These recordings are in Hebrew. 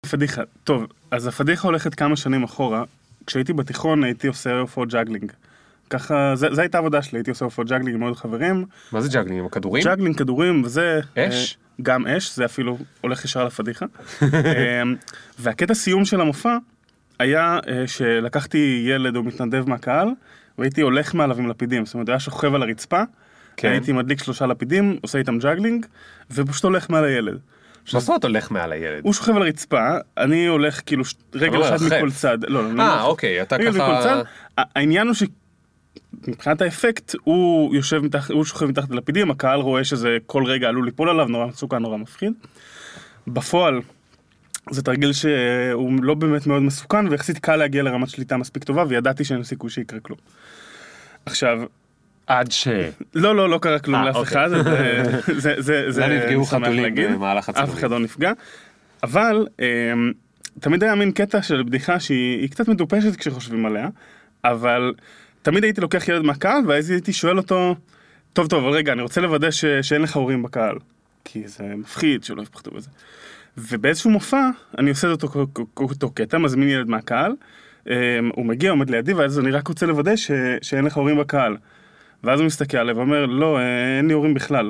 פדיחה. טוב, אז הפדיחה הולכת כמה שנים אחורה. כשהייתי בתיכון הייתי עושה הופעות ג'אגלינג. ככה, זה הייתה עבודה שלי, הייתי עושה הופעות ג'אגלינג עם עוד חברים. מה זה ג'אגלינג? עם כדורים? ג'אגלינג, כדורים, וזה... אש? גם אש, זה אפילו הולך ישר לפדיחה. והקטע סיום של המופע היה שלקחתי ילד או מתנדב מהקהל, והייתי הולך מעליו עם לפידים. זאת אומרת, היה שוכב על הרצפה, הייתי מדליק 3 לפידים, עושה איתם ג'אגלינג, ופשוט הולך מעל הילד. מה זאת אומרת הולך מעל הילד? הוא שוכב על הרצפה, אני הולך כאילו רגל אחד מכל צד. אוקיי, אתה רגל ככה... מכל צד. העניין הוא שמבחינת האפקט, הוא שוכב מתחת ללפידים, הקהל רואה שזה כל רגע עלול ליפול עליו, נורא מסוכן, נורא מפחיד. בפועל, זה תרגיל שהוא לא באמת מאוד מסוכן, ויחסית קל להגיע לרמת שליטה מספיק טובה, וידעתי שאין סיכוי שיקרה כלום. עכשיו... עד ש... לא קרה כלום לאף אחד, זה נפגעו חתולים במהלך הצילומים. אף אחד לא נפגע, אבל תמיד היה מין קטע של בדיחה שהיא קצת מדופשת כשחושבים עליה, אבל תמיד הייתי לוקח ילד מהקהל, ואז הייתי שואל אותו, טוב, אבל רגע, אני רוצה לוודא שאין לך הורים בקהל, כי זה מפחיד שלא יפחדו בזה. ובאיזשהו מופע, אני עושה אותו קטע, מזמין ילד מהקהל, הוא מגיע, עומד לידי, ואז אני רק רוצה לוודא שאין לך הורים בקהל. ואז הוא מסתכל עליו ואומר, לא, אין לי הורים בכלל.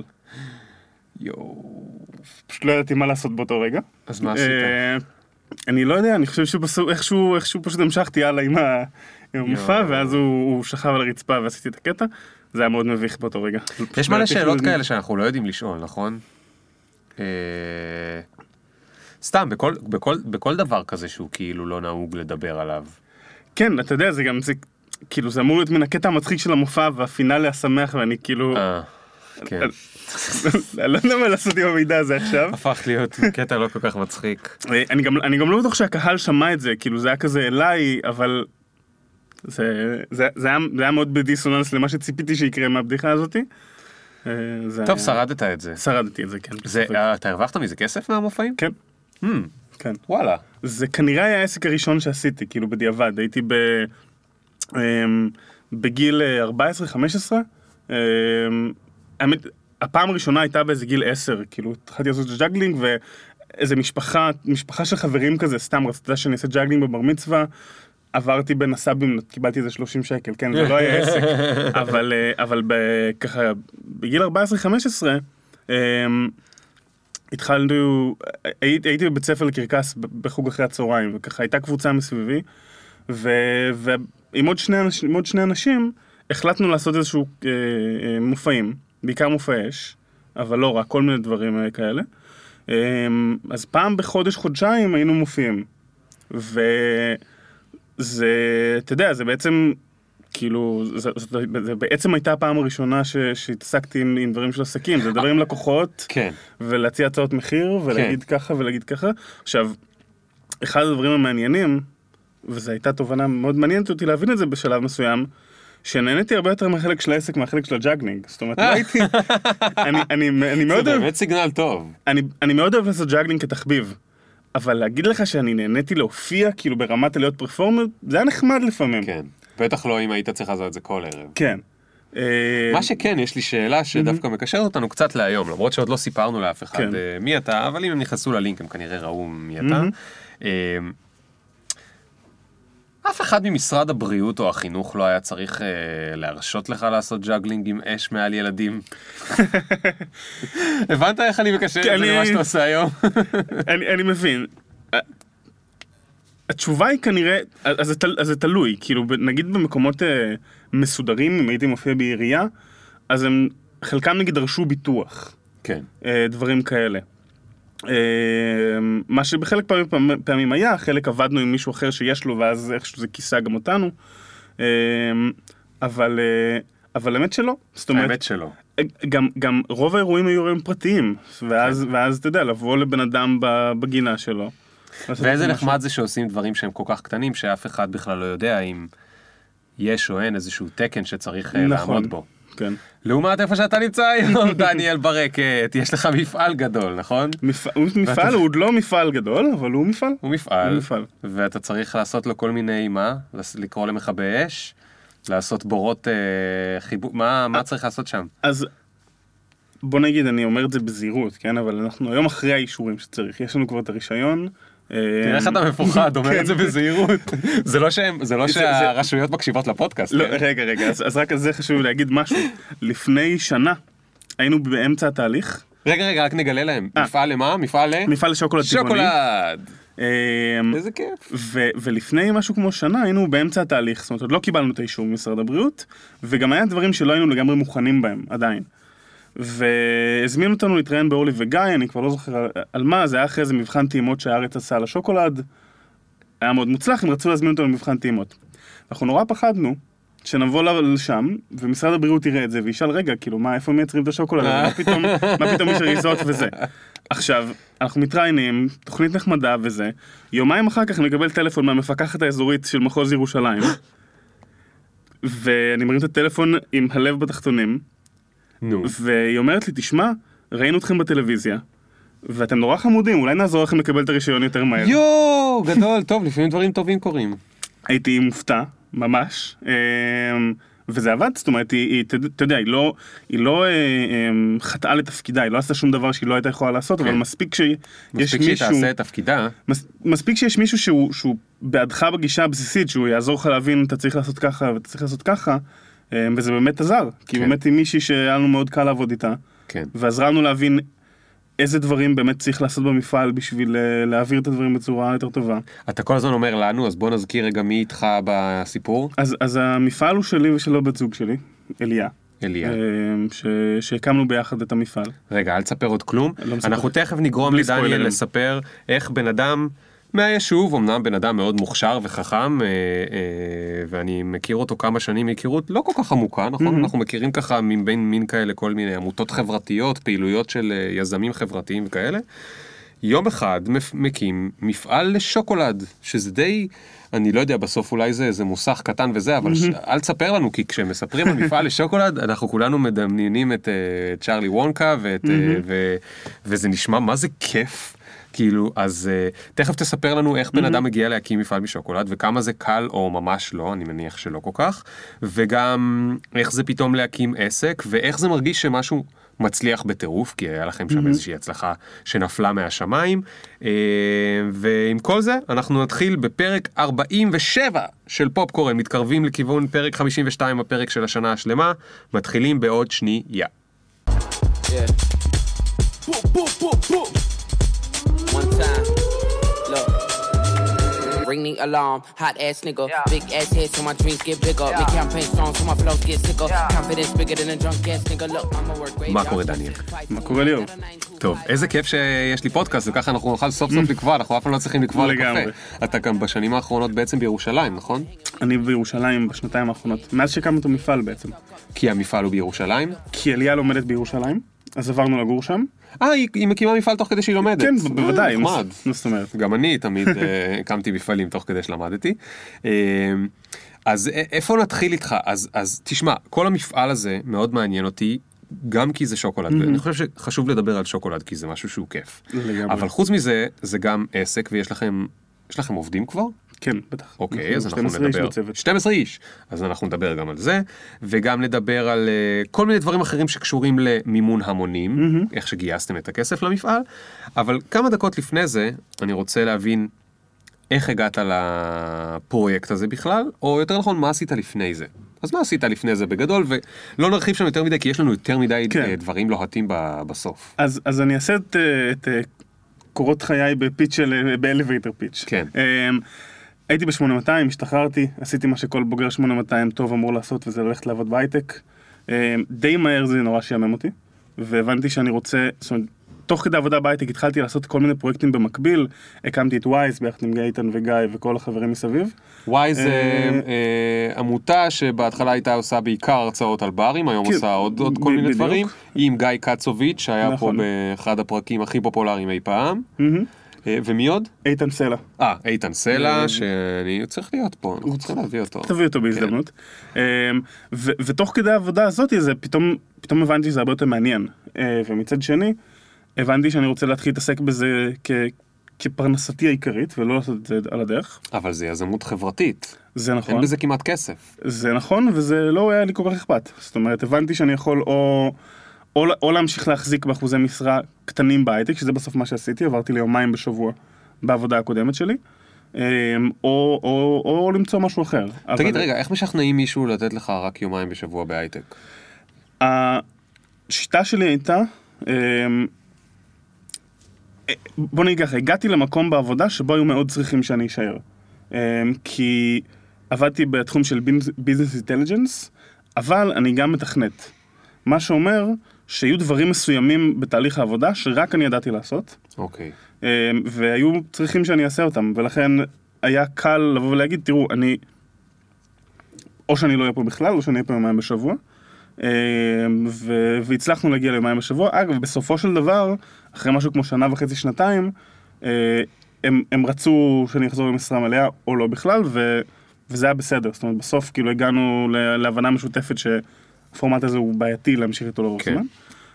פשוט לא ידעתי מה לעשות באותו רגע. אז מה עשית? אני לא יודע, אני חושב שאיכשהו פשוט המשכתי הלאה עם המופע, ואז הוא שכב על הרצפה ועשיתי את הקטע. זה היה מאוד מביך באותו רגע. יש מלא שאלות כאלה שאנחנו לא יודעים לשאול, נכון? סתם, בכל דבר כזה שהוא כאילו לא נהוג לדבר עליו. כן, אתה יודע, זה גם, כאילו זה אמור להיות מן הקטע המצחיק של המופע, והפינאלי השמח, ואני כאילו... כן. אני לא יודע מה לעשות עם המידע הזה עכשיו. הפך להיות קטע לא כל כך מצחיק. אני גם לא בטוח שהקהל שמע את זה, כאילו זה היה כזה אליי, אבל... זה היה מאוד בדיסוננס למה שציפיתי שיקרה מהבדיחה הזאת. טוב, שרדת את זה. שרדתי את זה, כן. אתה הרווחת מזה כסף מהמופעים? כן. כן. וואלה. זה כנראה היה העסק הראשון שעשיתי, כאילו בדיעבד. הייתי בגיל 14-15. האמת, הפעם הראשונה הייתה באיזה גיל 10, כאילו התחלתי לעשות ג'אגלינג, ואיזה משפחה של חברים כזה, סתם רצתה שאני אעשה ג'אגלינג בבר מצווה, עברתי בין הסאבים, קיבלתי איזה 30 שקל, כן, זה לא היה עסק, אבל ככה, בגיל 14-15, הייתי בבית ספר לקרקס בחוג אחרי הצהריים, וככה הייתה קבוצה מסביבי, ועם עוד שני אנשים, החלטנו לעשות איזשהו מופעים, בעיקר מופעי אש, אבל לא רק, כל מיני דברים כאלה. אז פעם בחודש-חודשיים היינו מופיעים. וזה, אתה יודע, זה בעצם, כאילו, זה בעצם הייתה הפעם הראשונה שהתעסקתי עם דברים של עסקים, זה דברים עם לקוחות, כן. ולהציע הצעות מחיר, ולהגיד ככה ולהגיד ככה. עכשיו, אחד הדברים המעניינים, וזו הייתה תובנה מאוד מעניינת אותי להבין את זה בשלב מסוים, שנהניתי הרבה יותר מהחלק של העסק, מהחלק של הג'אגלינג. זאת אומרת, לא הייתי... אני מאוד זה באמת סיגנל טוב. אני מאוד אוהב לעשות ג'אגלינג כתחביב, אבל להגיד לך שאני נהניתי להופיע, כאילו ברמת להיות פרפורמר, זה היה נחמד לפעמים. כן. בטח לא אם היית צריך לעשות את זה כל ערב. כן. מה שכן, יש לי שאלה שדווקא מקשרת אותנו קצת להיום, למרות שעוד לא סיפרנו לאף אחד מי אתה, אבל אם הם נכנסו ללינק, הם כנראה ראו מי אתה. אף אחד ממשרד הבריאות או החינוך לא היה צריך להרשות לך לעשות ג'אגלינג עם אש מעל ילדים. הבנת איך אני מקשר את זה למה שאתה עושה היום? אני מבין. התשובה היא כנראה, אז זה תלוי, כאילו נגיד במקומות מסודרים, אם הייתי מופיע בעירייה, אז הם חלקם נגיד דרשו ביטוח. כן. דברים כאלה. מה שבחלק פעמים היה, חלק עבדנו עם מישהו אחר שיש לו, ואז איכשהו זה כיסה גם אותנו. אבל האמת שלא. האמת שלא. גם רוב האירועים היו אירועים פרטיים, ואז אתה יודע, לבוא לבן אדם בגינה שלו. ואיזה נחמד זה שעושים דברים שהם כל כך קטנים, שאף אחד בכלל לא יודע אם יש או אין איזשהו תקן שצריך לעמוד בו. כן. לעומת איפה שאתה נמצא היום, דניאל ברקת, יש לך מפעל גדול, נכון? מפעל, הוא עוד לא מפעל גדול, אבל הוא מפעל. הוא מפעל, ואתה צריך לעשות לו כל מיני, לקרוא למכבי אש, לעשות בורות חיבור, מה צריך לעשות שם? אז בוא נגיד, אני אומר את זה בזהירות, כן? אבל אנחנו היום אחרי האישורים שצריך, יש לנו כבר את הרישיון, תראה איך אתה מפוחד, אומר את זה בזהירות. זה לא שהרשויות מקשיבות לפודקאסט. רגע, אז רק על זה חשוב להגיד משהו. לפני שנה היינו באמצע התהליך. רגע, רק נגלה להם. מפעל למה? מפעל לשוקולד טבעוני. שוקולד! איזה כיף. ולפני משהו כמו שנה היינו באמצע התהליך, זאת אומרת, עוד לא קיבלנו את האישור ממשרד הבריאות, וגם היה דברים שלא היינו לגמרי מוכנים בהם, עדיין. והזמינו אותנו להתראיין באורלי וגיא, אני כבר לא זוכר על מה, זה היה אחרי איזה מבחן טעימות שהארץ עשה על השוקולד, היה מאוד מוצלח, הם רצו להזמין אותנו למבחן טעימות. אנחנו נורא פחדנו שנבוא לשם, ומשרד הבריאות יראה את זה, וישאל, רגע, כאילו, איפה מייצרים את השוקולד? מה פתאום יש אריזות וזה? עכשיו, אנחנו מתראיינים, תוכנית נחמדה וזה, יומיים אחר כך נקבל טלפון מהמפקחת האזורית של מחוז ירושלים, ואני מרים את הטלפון עם הלב בתחתונים, והיא אומרת לי, תשמע, ראינו אתכם בטלוויזיה, ואתם נורא חמודים, אולי נעזור לכם לקבל את הרישיון יותר מהר. יואו, גדול, טוב, לפעמים דברים טובים קורים. הייתי מופתע, ממש, וזה עבד, זאת אומרת, אתה יודע, היא לא חטאה לתפקידה, היא לא עשתה שום דבר שהיא לא הייתה יכולה לעשות, אבל מספיק שיש מישהו... מספיק שהיא תעשה את תפקידה. מספיק שיש מישהו שהוא בעדך בגישה הבסיסית, שהוא יעזור לך להבין, אתה צריך לעשות ככה ואתה צריך לעשות ככה, וזה באמת עזר, כי באמת היא מישהי שהיה לנו מאוד קל לעבוד איתה, ועזרה לנו להבין איזה דברים באמת צריך לעשות במפעל בשביל להעביר את הדברים בצורה יותר טובה. אתה כל הזמן אומר לנו, אז בוא נזכיר רגע מי איתך בסיפור. אז המפעל הוא שלי ושלו בת זוג שלי, אליה. שהקמנו ביחד את המפעל. רגע, אל תספר עוד כלום. אנחנו תכף נגרום לדניאל לספר איך בן אדם מהיישוב, אמנם בן אדם מאוד מוכשר וחכם, ואני מכיר אותו כמה שנים מהיכרות לא כל כך עמוקה, נכון? אנחנו מכירים ככה מבין מין כאלה כל מיני עמותות חברתיות, פעילויות של יזמים חברתיים וכאלה. יום אחד מקים מפעל לשוקולד, שזה די, אני לא יודע, בסוף אולי זה מוסך קטן וזה, אבל אל תספר לנו, כי כשמספרים על מפעל לשוקולד, אנחנו כולנו מדמיינים את צ'ארלי וונקה, וזה נשמע מה זה כיף. כאילו, אז תכף תספר לנו איך בן אדם מגיע להקים מפעל משוקולד, וכמה זה קל או ממש לא, אני מניח שלא כל כך, וגם איך זה פתאום להקים עסק, ואיך זה מרגיש שמשהו מצליח בטירוף, כי היה לכם שם איזושהי הצלחה שנפלה מהשמיים, ועם כל זה אנחנו נתחיל בפרק 47 של פופקורן, מתקרבים לכיוון פרק 52, הפרק של השנה השלמה, מתחילים בעוד שנייה. One time, look. Ring the alarm, hot ass nigga. Big ass head so my dreams get bigger. Make campaign strong so my flows get sicker. Confidence bigger than a drunk ass nigga. Look, I'ma work great. מה קורה דניאל? מה קורה ליאור? טוב, איזה כיף שיש לי פודקאסט, וככה אנחנו נוכל סוף סוף לקבוע, אנחנו אף פעם לא צריכים לקבוע לקפה. אתה גם בשנים האחרונות בעצם בירושלים, נכון? אני בירושלים בשנתיים האחרונות, מאז שקמנו את המפעל בעצם. כי המפעל הוא בירושלים? כי אליה לומדת בירושלים, אז עברנו לגור שם. היא מקימה מפעל תוך כדי שהיא לומדת. כן, בוודאי. נחמד. זאת אומרת. גם אני תמיד הקמתי מפעלים תוך כדי שלמדתי. אז איפה נתחיל איתך? אז תשמע, כל המפעל הזה מאוד מעניין אותי, גם כי זה שוקולד, ואני חושב שחשוב לדבר על שוקולד, כי זה משהו שהוא כיף. אבל חוץ מזה, זה גם עסק, ויש לכם עובדים כבר? כן, בטח. אוקיי, אז אנחנו נדבר. 12 איש. אז אנחנו נדבר גם על זה, וגם נדבר על כל מיני דברים אחרים שקשורים למימון המונים, איך שגייסתם את הכסף למפעל, אבל כמה דקות לפני זה, אני רוצה להבין איך הגעת לפרויקט הזה בכלל, או יותר נכון, מה עשית לפני זה? אז מה עשית לפני זה בגדול, ולא נרחיב שם יותר מדי, כי יש לנו יותר מדי דברים לוהטים בסוף. אז אני אעשה את קורות חיי בפיץ' באלווייטר פיץ'. כן. הייתי ב-8200, השתחררתי, עשיתי מה שכל בוגר 8200 טוב אמור לעשות, וזה ללכת לעבוד בהייטק. די מהר זה נורא שיאמם אותי, והבנתי שאני רוצה, זאת אומרת, תוך כדי עבודה בהייטק התחלתי לעשות כל מיני פרויקטים במקביל, הקמתי את ווייז ביחד עם איתן וגיא וכל החברים מסביב. ווייז זה עמותה שבהתחלה הייתה עושה בעיקר הרצאות על ברים, היום עושה עוד כל מיני דברים, עם גיא קצוביץ' שהיה פה באחד הפרקים הכי פופולריים אי פעם. ומי עוד? איתן סלע. איתן סלע, שאני צריך להיות פה, אנחנו צריכים להביא אותו. תביא אותו בהזדמנות. ותוך כדי העבודה הזאת, פתאום הבנתי שזה הרבה יותר מעניין. ומצד שני, הבנתי שאני רוצה להתחיל להתעסק בזה כפרנסתי העיקרית, ולא לעשות את זה על הדרך. אבל זה יזמות חברתית. זה נכון. אין בזה כמעט כסף. זה נכון, וזה לא היה לי כל כך אכפת. זאת אומרת, הבנתי שאני יכול או להמשיך להחזיק באחוזי משרה קטנים בהייטק, שזה בסוף מה שעשיתי, עברתי ליומיים בשבוע בעבודה הקודמת שלי, או למצוא משהו אחר. תגיד, רגע, איך משכנעים מישהו לתת לך רק יומיים בשבוע בהייטק? השיטה שלי הייתה, בוא נגיד ככה, הגעתי למקום בעבודה שבו היו מאוד צריכים שאני אשאר. כי עבדתי בתחום של Business Intelligence, אבל אני גם מתכנת. מה שאומר שיהיו דברים מסוימים בתהליך העבודה שרק אני ידעתי לעשות. אוקיי. והיו צריכים שאני אעשה אותם, ולכן היה קל לבוא ולהגיד, תראו, או שאני לא אהיה פה בכלל, או שאני אהיה פה יומיים בשבוע. והצלחנו להגיע ליומיים בשבוע. אגב, בסופו של דבר, אחרי משהו כמו שנה וחצי, שנתיים, הם רצו שאני אחזור למשרה מלאה או לא בכלל, וזה היה בסדר. זאת אומרת, בסוף כאילו הגענו להבנה משותפת שהפורמט הזה הוא בעייתי להמשיך איתו לאורך זמן.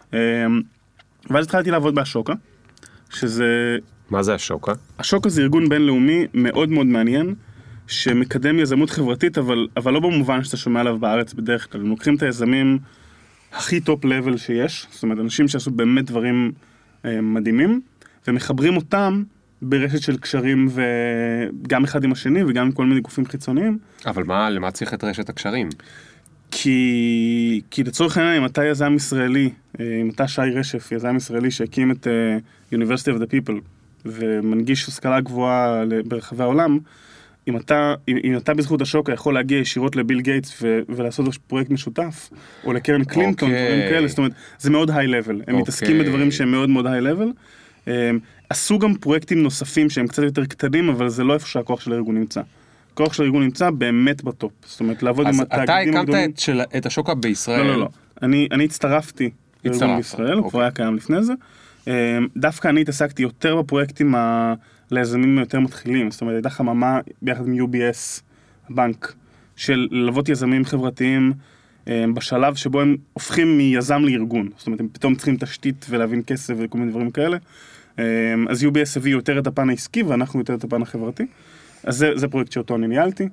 ואז התחלתי לעבוד בהשוקה, שזה... מה זה השוקה? השוקה זה ארגון בינלאומי מאוד מאוד מעניין, שמקדם יזמות חברתית, אבל לא במובן שאתה שומע עליו בארץ בדרך כלל. הם לוקחים את היזמים הכי טופ לבל שיש, זאת אומרת, אנשים שעשו באמת דברים מדהימים, ומחברים אותם ברשת של קשרים, וגם אחד עם השני, וגם עם כל מיני גופים חיצוניים. אבל למה צריך את רשת הקשרים? כי לצורך העניין, אם אתה יזם ישראלי, אם אתה שי רשף, יזם ישראלי שהקים את University of the People, ומנגיש השכלה גבוהה ברחבי העולם, אם אתה בזכות השוקה יכול להגיע ישירות לביל גייטס ולעשות פרויקט משותף, או לקרן קלינטון, דברים כאלה, זאת אומרת, זה מאוד היי לבל. הם מתעסקים בדברים שהם מאוד מאוד היי לבל. עשו גם פרויקטים נוספים שהם קצת יותר קטנים, אבל זה לא איפה שהכוח של הארגון נמצא. הכוח של הארגון נמצא באמת בטופ. זאת אומרת, לעבוד עם התאגידים הגדולים. אז אתה הקמת את השוקה בישראל? לא. אני הצטרפתי לארגון בישראל, הוא כבר היה קיים לפני זה. דווקא אני התעסקתי יותר בפרויקטים ליזמים יותר מתחילים, זאת אומרת, הייתה חממה ביחד עם UBS, הבנק, של ללוות יזמים חברתיים בשלב שבו הם הופכים מיזם לארגון. זאת אומרת, הם פתאום צריכים תשתית ולהבין כסף וכל מיני דברים כאלה. אז UBS הביא יותר את הפן העסקי, ואנחנו יותר את הפן החברתי. אז זה פרויקט שאותו אני ניהלתי.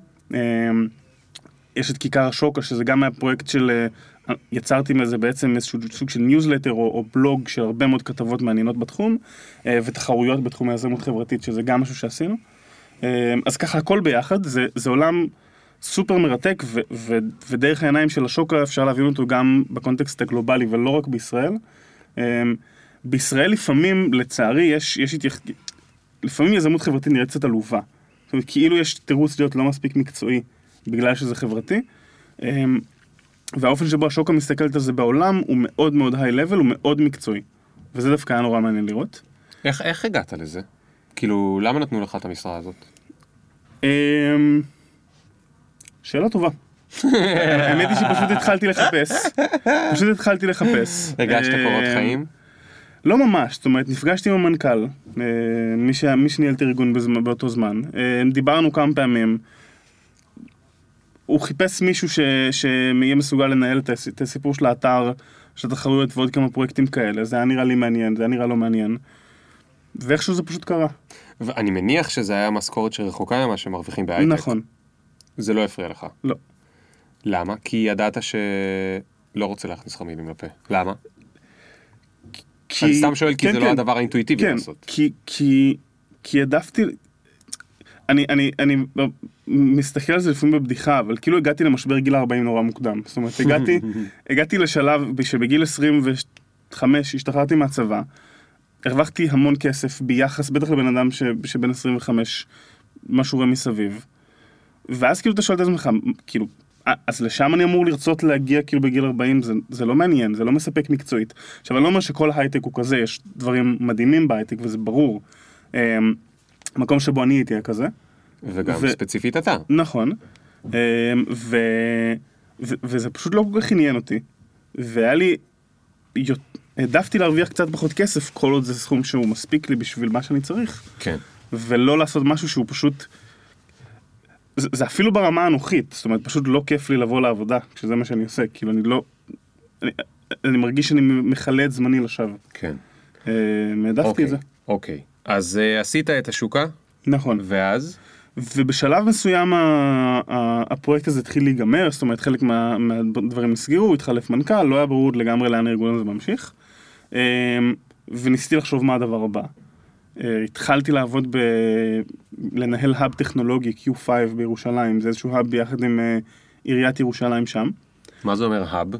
יש את כיכר השוקה, שזה גם היה פרויקט של... יצרתי מזה בעצם איזשהו סוג של ניוזלטר או בלוג של הרבה מאוד כתבות מעניינות בתחום, ותחרויות בתחום היזמות חברתית, שזה גם משהו שעשינו. אז ככה, הכל ביחד, זה עולם סופר מרתק, ודרך העיניים של השוקה אפשר להבין אותו גם בקונטקסט הגלובלי, ולא רק בישראל. בישראל לפעמים, לצערי, לפעמים יזמות חברתית נראית קצת עלובה. זאת אומרת, כאילו יש תירוץ להיות לא מספיק מקצועי, בגלל שזה חברתי. והאופן שבו השוקה מסתכלת על זה בעולם הוא מאוד מאוד היי לבל, הוא מאוד מקצועי. וזה דווקא היה נורא מעניין לראות. איך הגעת לזה? כאילו, למה נתנו לך את המשרה הזאת? שאלה טובה. האמת היא שפשוט התחלתי לחפש. הרגשת קורות חיים? לא ממש, זאת אומרת, נפגשתי עם המנכ"ל, מי שניהל את הארגון באותו זמן. דיברנו כמה פעמים. הוא חיפש מישהו שיהיה מסוגל לנהל את הסיפור של האתר, של התחרויות ועוד כמה פרויקטים כאלה. זה היה נראה לי מעניין, זה היה נראה לא מעניין. ואיכשהו זה פשוט קרה. ואני מניח שזה היה משכורת שרחוקה ממה שמרוויחים בהייטק. נכון. זה לא הפריע לך. לא. למה? כי ידעת שלא רוצה להכניס לך מילים לפה. למה? אני סתם שואל, כי זה לא הדבר האינטואיטיבי לעשות. כי העדפתי... אני מסתכל על זה לפעמים בבדיחה, אבל כאילו הגעתי למשבר גיל 40 נורא מוקדם. זאת אומרת, הגעתי לשלב שבגיל 25 השתחררתי מהצבא, הרווחתי המון כסף ביחס, בטח לבן אדם שבין 25, משהו רע מסביב. ואז כאילו אתה שואל את עצמך, כאילו, אז לשם אני אמור לרצות להגיע כאילו בגיל 40, זה לא מעניין, זה לא מספק מקצועית. עכשיו, אני לא אומר שכל הייטק הוא כזה, יש דברים מדהימים בהייטק, וזה ברור. מקום שבו אני הייתי כזה. וגם ספציפית אתה. נכון. וזה פשוט לא כל כך עניין אותי. והיה לי, העדפתי להרוויח קצת פחות כסף, כל עוד זה סכום שהוא מספיק לי בשביל מה שאני צריך. כן. ולא לעשות משהו שהוא פשוט, זה אפילו ברמה הנוחית, זאת אומרת, פשוט לא כיף לי לבוא לעבודה, כשזה מה שאני עושה. כאילו אני לא, אני מרגיש שאני מחלה את זמני לשווא. כן. העדפתי את זה. אוקיי. אז עשית את השוקה? נכון. ואז? ובשלב מסוים הפרויקט הזה התחיל להיגמר, זאת אומרת חלק מהדברים נסגרו, התחלף מנכ"ל, לא היה ברור לגמרי לאן הארגון הזה ממשיך, וניסיתי לחשוב מה הדבר הבא. התחלתי לעבוד לנהל האב טכנולוגי Q5 בירושלים, זה איזשהו האב ביחד עם עיריית ירושלים שם. מה זה אומר האב?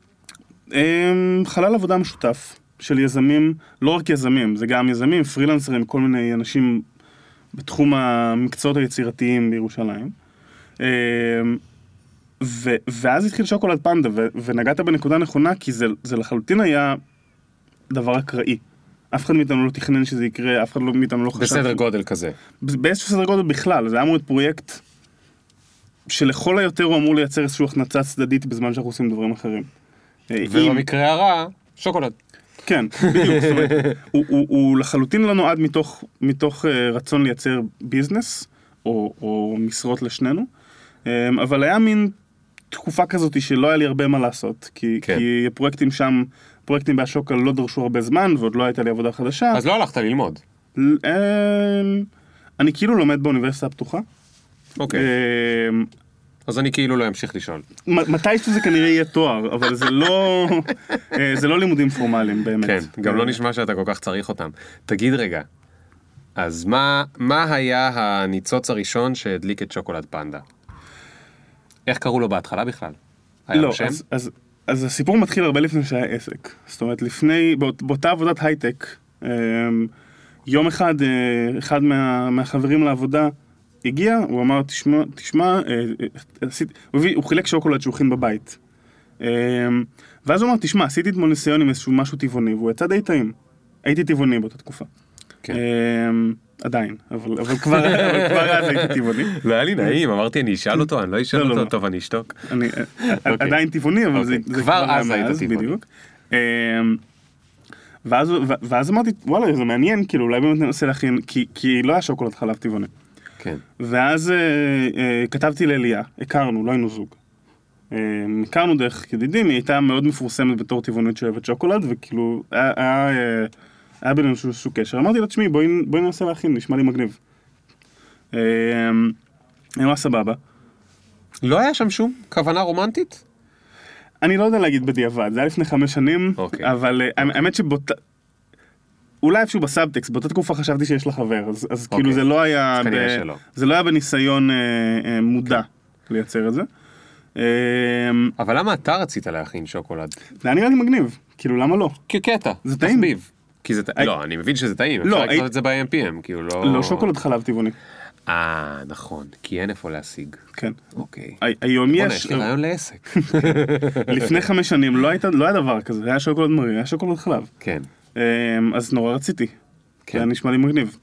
חלל עבודה משותף של יזמים, לא רק יזמים, זה גם יזמים, פרילנסרים, כל מיני אנשים בתחום המקצועות היצירתיים בירושלים. ואז התחיל שוקולד פנדה, ונגעת בנקודה נכונה, כי זה לחלוטין היה דבר אקראי. אף אחד מאיתנו לא תכנן שזה יקרה, אף אחד מאיתנו לא חשב. בסדר גודל כזה. באיזשהו סדר גודל בכלל, זה היה אמור להיות פרויקט שלכל היותר הוא אמור לייצר איזושהי הכנסה צדדית בזמן שאנחנו עושים דברים אחרים. ובמקרה הרע, שוקולד. כן, בדיוק. זאת אומרת, הוא לחלוטין לא נועד מתוך רצון לייצר ביזנס, או משרות לשנינו, אבל היה מין תקופה כזאת שלא היה לי הרבה מה לעשות, כי הפרויקטים שם, פרויקטים בהשוקל לא דרשו הרבה זמן, ועוד לא הייתה לי עבודה חדשה. אז לא הלכת ללמוד? אני כאילו לומד באוניברסיטה הפתוחה. אוקיי. אז אני כאילו לא אמשיך לשאול. מתי שזה כנראה יהיה תואר, אבל זה לא לימודים פורמליים באמת. כן, גם לא נשמע שאתה כל כך צריך אותם. תגיד רגע, אז מה היה הניצוץ הראשון שהדליק את שוקולד פנדה? איך קראו לו בהתחלה בכלל? לא, אז הסיפור מתחיל הרבה לפני שהיה עסק. זאת אומרת, באותה עבודת הייטק, יום אחד מהחברים לעבודה הגיע, הוא אמר, תשמע, הוא חילק שוקולד שהוא הכין בבית. ואז הוא אמר, תשמע, עשיתי אתמול ניסיון עם איזשהו משהו טבעוני, והוא יצא די טעים. הייתי טבעוני באותה תקופה. עדיין, אבל כבר אז הייתי טבעוני. לא היה לי נעים, אמרתי, אני אשאל אותו, אני לא אשאל אותו, טוב, אני אשתוק. עדיין טבעוני, אבל זה כבר אז היית טבעוני. ואז אמרתי, וואלה, זה מעניין, כאילו, אולי באמת ננסה להכין, כי לא היה שוקולד חלב טבעוני. כן. ואז כתבתי לאליה, הכרנו, לא היינו זוג. הכרנו דרך ידידים, היא הייתה מאוד מפורסמת בתור טבעונית שאוהבת שוקולד, וכאילו, היה בינינו איזשהו קשר. אמרתי לה, תשמעי, בואי ננסה להכין, נשמע לי מגניב. היה סבבה. לא היה שם שום כוונה רומנטית? אני לא יודע להגיד בדיעבד, זה היה לפני 5 שנים, אבל האמת אולי איפשהו בסאבטקסט, באותה תקופה חשבתי שיש לה חבר, אז כאילו זה לא היה בניסיון מודע לייצר את זה. אבל למה אתה רצית להכין שוקולד? זה היה נראה לי מגניב, כאילו למה לא? כקטע, זה טעים. לא, אני מבין שזה טעים, אפשר לקנות את זה ב-AMPM, כאילו לא... לא שוקולד חלב טבעוני. נכון, כי אין איפה להשיג. כן. אוקיי. היום יש... יש לי רעיון לעסק. לפני 5 שנים לא היה דבר כזה, היה שוקולד מרי, היה שוקולד חלב. כן. אז נורא רציתי. זה היה נשמע לי מגניב.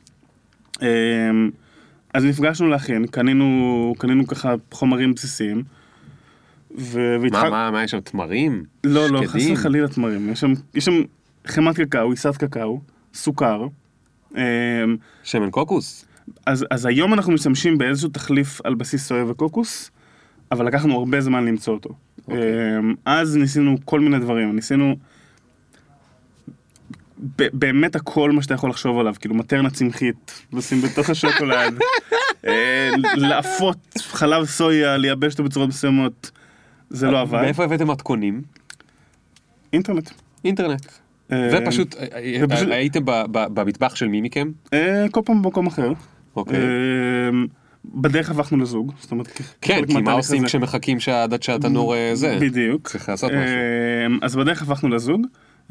אז נפגשנו להכין, קנינו ככה חומרים בסיסיים. מה יש שם, תמרים? לא, חס וחלילה תמרים. יש שם חמת קקאו, עיסת קקאו, סוכר. שמן קוקוס? אז היום אנחנו משתמשים באיזשהו תחליף על בסיס סויה וקוקוס, אבל לקחנו הרבה זמן למצוא אותו. אז ניסינו כל מיני דברים, ניסינו באמת הכל מה שאתה יכול לחשוב עליו, כאילו מטרנה צמחית, לשים בתוך השוקולד, לאפות חלב סויה, לייבש אותו בצורות מסוימות, זה לא עבד. מאיפה הבאתם מתכונים? אינטרנט. ופשוט הייתם במטבח של מי מכם? כל פעם במקום אחר. בדרך הפכנו לזוג. כן, כי מה עושים כשמחכים עד שהתנור זה? בדיוק. צריך לעשות משהו. אז בדרך הפכנו לזוג,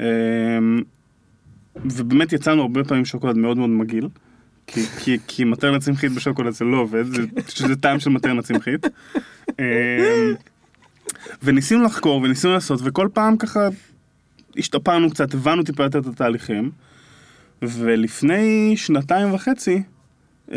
ובאמת יצאנו הרבה פעמים שוקולד מאוד מאוד מגעיל, כי מטרנה צמחית בשוקולד זה לא עובד, זה טעם של מטרנה צמחית. וניסינו לחקור וניסינו לעשות, וכל פעם ככה השתפרנו קצת, הבנו טיפה יותר את התהליכים, ולפני 2.5,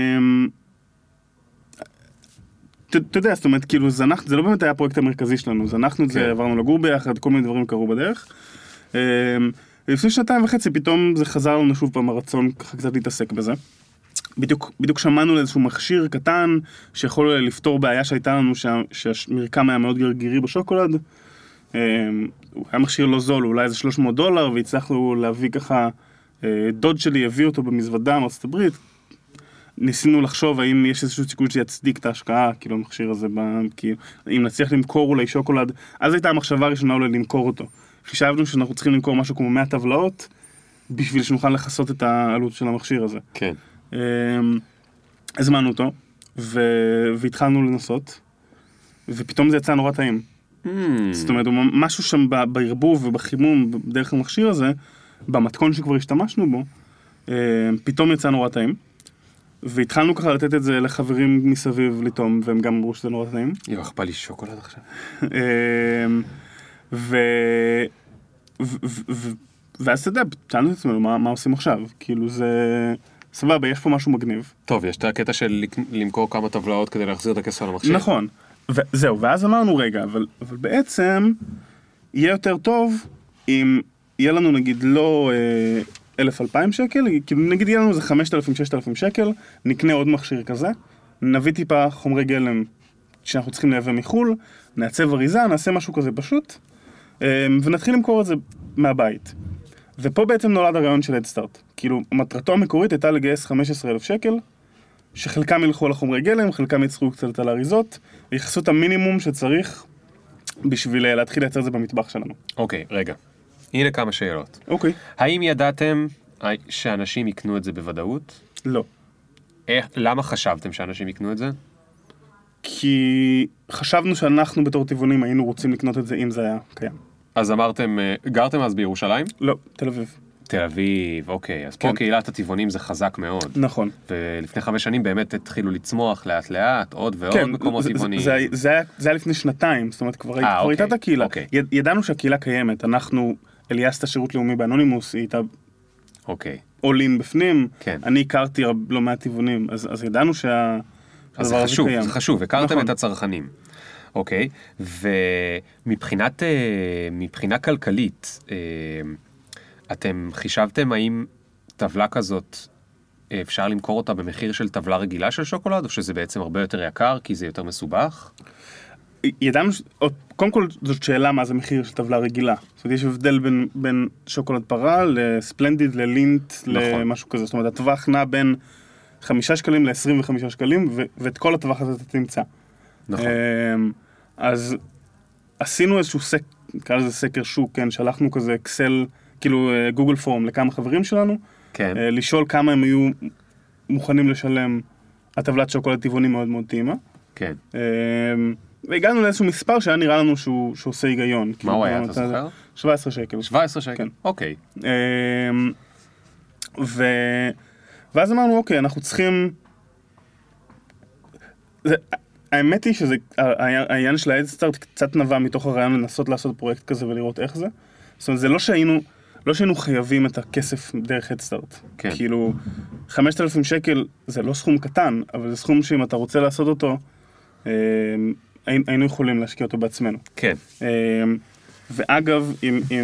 אתה יודע, זאת אומרת, כאילו, זה לא באמת היה הפרויקט המרכזי שלנו, זנחנו את זה, עברנו לגור ביחד, כל מיני דברים קרו בדרך, ולפני 2.5 פתאום זה חזר לנו שוב פעם הרצון ככה קצת להתעסק בזה. בדיוק שמענו לאיזשהו מכשיר קטן שיכול לפתור בעיה שהייתה לנו שהמרקם היה מאוד גרגירי בשוקולד. הוא היה מכשיר לא זול, אולי איזה $300, והצלחנו להביא ככה, דוד שלי הביא אותו במזוודה מארצות הברית. ניסינו לחשוב האם יש איזשהו סיכוי שיצדיק את ההשקעה, כאילו המכשיר הזה, אם נצליח למכור אולי שוקולד, אז הייתה המחשבה הראשונה אולי למכור אותו. חשבנו שאנחנו צריכים למכור משהו כמו 100 טבלאות, בשביל שנוכל לחסות את העלות של המכשיר הזה. כן. הזמנו אותו, והתחלנו לנסות, ופתאום זה יצא נורא טעים. זאת אומרת, משהו שם בערבוב ובחימום דרך המכשיר הזה, במתכון שכבר השתמשנו בו, פתאום יצא נורא טעים. והתחלנו ככה לתת את זה לחברים מסביב לטעום, והם גם אמרו שזה נורא טעים. איך בא לי שוקולד עכשיו. ואז אתה יודע, שאלנו את עצמנו, מה עושים עכשיו? כאילו זה... סבבה, יש פה משהו מגניב. טוב, יש את הקטע של למכור כמה טבלאות כדי להחזיר את הכסף על המכשיר. נכון. זהו, ואז אמרנו, רגע, אבל בעצם יהיה יותר טוב אם יהיה לנו נגיד לא 1,000-2,000 שקל, כאילו נגיד יהיה לנו איזה 5,000-6,000 שקל, נקנה עוד מכשיר כזה, נביא טיפה חומרי גלם שאנחנו צריכים לייבא מחול, נעצב אריזה, נעשה משהו כזה פשוט, ונתחיל למכור את זה מהבית. ופה בעצם נולד הרעיון של הדסטארט. כאילו, מטרתו המקורית הייתה לגייס 15,000 שקל, שחלקם ילכו לחומרי גלם, חלקם יצחו קצת על האריזות, ויחסו את המינימום שצריך בשביל להתחיל לייצר את זה במטבח שלנו. אוקיי, רגע. הנה כמה שאלות. אוקיי. האם ידעתם שאנשים יקנו את זה בוודאות? לא. למה חשבתם שאנשים יקנו את זה? כי חשבנו שאנחנו בתור טבעונים היינו רוצים לקנות את זה אם זה היה קיים. אז אמרתם, גרתם אז בירושלים? לא, תל אביב. תל אביב, אוקיי. אז פה קהילת הטבעונים זה חזק מאוד. נכון. ולפני 5 שנים באמת התחילו לצמוח לאט לאט, עוד ועוד מקומות טבעונים. זה היה לפני 2 זאת אומרת, כבר הייתה את הקהילה. ידענו שהקהילה קיימת, אנחנו, אליאס את השירות לאומי באנונימוס, היא הייתה עולין בפנים, אני הכרתי לא מעט טבעונים, אז ידענו שהדבר הזה קיים. זה חשוב, הכרתם את הצרכנים. אוקיי, ומבחינה כלכלית, אתם חישבתם האם טבלה כזאת אפשר למכור אותה במחיר של טבלה רגילה של שוקולד, או שזה בעצם הרבה יותר יקר כי זה יותר מסובך? ידענו, קודם כל זאת שאלה מה זה מחיר של טבלה רגילה. זאת אומרת, יש הבדל בין שוקולד פרה לספלנדיד, ללינט, למשהו כזה. זאת אומרת, הטווח נע בין 5 שקלים ל-25 שקלים, ואת כל הטווח הזה אתה תמצא. נכון. אז עשינו איזשהו נקרא לזה סקר שוק, כן, שלחנו כזה אקסל, כאילו גוגל פורם לכמה חברים שלנו, כן. לשאול כמה הם היו מוכנים לשלם הטבלת שוקולד טבעוני מאוד מאוד טעימה. כן. והגענו לאיזשהו מספר שהיה נראה לנו שהוא עושה היגיון. מה הוא היה, אתה זוכר? 17 שקל. 17 שקל? כן. אוקיי. ואז אמרנו, אוקיי, אנחנו צריכים... האמת היא שהעניין של ההדסטארט קצת נבע מתוך הרעיון לנסות לעשות פרויקט כזה ולראות איך זה. זאת אומרת, זה לא שהיינו חייבים את הכסף דרך הדסטארט. כן. כאילו, 5,000 שקל זה לא סכום קטן, אבל זה סכום שאם אתה רוצה לעשות אותו, היינו יכולים להשקיע אותו בעצמנו. כן. ואגב,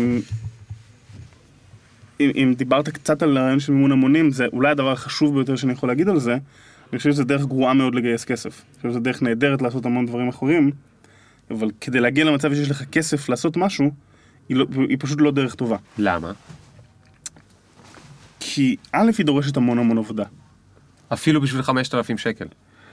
אם דיברת קצת על הרעיון של מימון המונים, זה אולי הדבר החשוב ביותר שאני יכול להגיד על זה, אני חושב שזה דרך גרועה מאוד לגייס כסף. אני חושב שזה דרך נהדרת לעשות המון דברים אחרים, אבל כדי להגיע למצב שיש לך כסף לעשות משהו, היא פשוט לא דרך טובה. למה? כי א' היא דורשת המון עבודה. אפילו בשביל 5,000 שקל.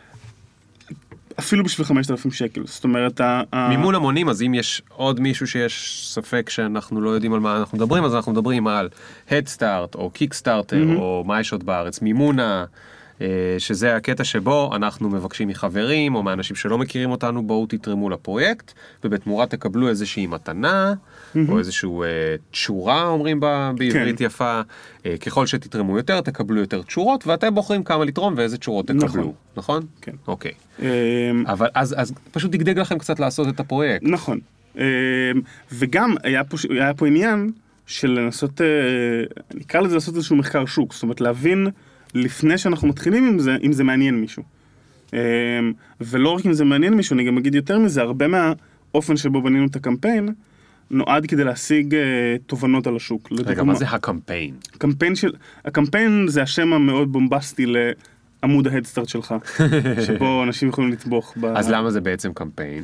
אפילו בשביל 5,000 שקל. זאת אומרת, מימון המונים, אז אם יש עוד מישהו שיש ספק שאנחנו לא יודעים על מה אנחנו מדברים, אז אנחנו מדברים על הדסטארט או קיקסטארטר או מה יש עוד בארץ, מימונה, שזה הקטע שבו אנחנו מבקשים מחברים או מאנשים שלא מכירים אותנו, בואו תתרמו לפרויקט, ובתמורה תקבלו איזושהי מתנה, או איזשהו תשורה, אומרים בעברית יפה, ככל שתתרמו יותר, תקבלו יותר תשורות, ואתם בוחרים כמה לתרום ואיזה תשורות תקבלו, נכון? כן. אוקיי. אבל אז פשוט דגדג לכם קצת לעשות את הפרויקט. נכון. וגם היה פה עניין של לנסות, נקרא לזה לעשות איזשהו מחקר שוק, זאת אומרת להבין לפני שאנחנו מתחילים עם זה, אם זה מעניין מישהו. ולא רק אם זה מעניין מישהו, אני גם אגיד יותר מזה, הרבה מהאופן שבו בנינו את הקמפיין, נועד כדי להשיג תובנות על השוק. רגע, מה זה הקמפיין? הקמפיין זה השם המאוד בומבסטי לעמוד ההדסטארט שלך, שבו אנשים יכולים לטבוח. אז למה זה בעצם קמפיין?